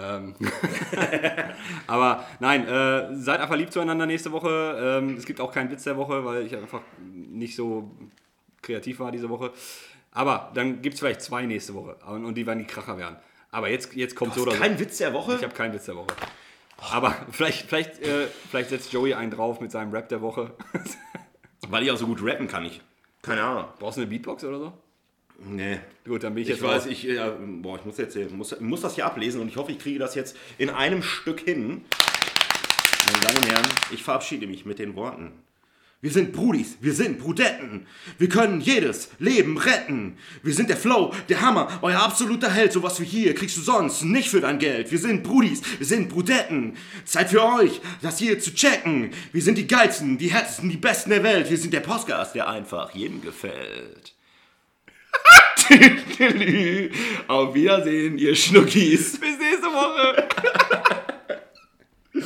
Aber nein, seid einfach lieb zueinander nächste Woche. Es gibt auch keinen Witz der Woche, weil ich einfach nicht so kreativ war diese Woche. Aber dann gibt es vielleicht 2 nächste Woche und die werden die Kracher werden. Aber jetzt kommt so oder so. Kein Witz der Woche? Ich habe keinen Witz der Woche. Aber vielleicht setzt Joey einen drauf mit seinem Rap der Woche. Weil ich auch so gut rappen kann. Keine Ahnung. Brauchst du eine Beatbox oder so? Nee. Gut, dann bin ich jetzt. Ich weiß, ich muss das hier ablesen und ich hoffe, ich kriege das jetzt in einem Stück hin. Meine Damen und Herren, ich verabschiede mich mit den Worten. Wir sind Brudis, wir sind Brudetten. Wir können jedes Leben retten. Wir sind der Flow, der Hammer, euer absoluter Held. Sowas wie hier kriegst du sonst nicht für dein Geld. Wir sind Brudis, wir sind Brudetten. Zeit für euch, das hier zu checken. Wir sind die geilsten, die härtesten, die besten der Welt. Wir sind der Podcast, der einfach jedem gefällt. Auf Wiedersehen, ihr Schnuckis. Bis nächste Woche.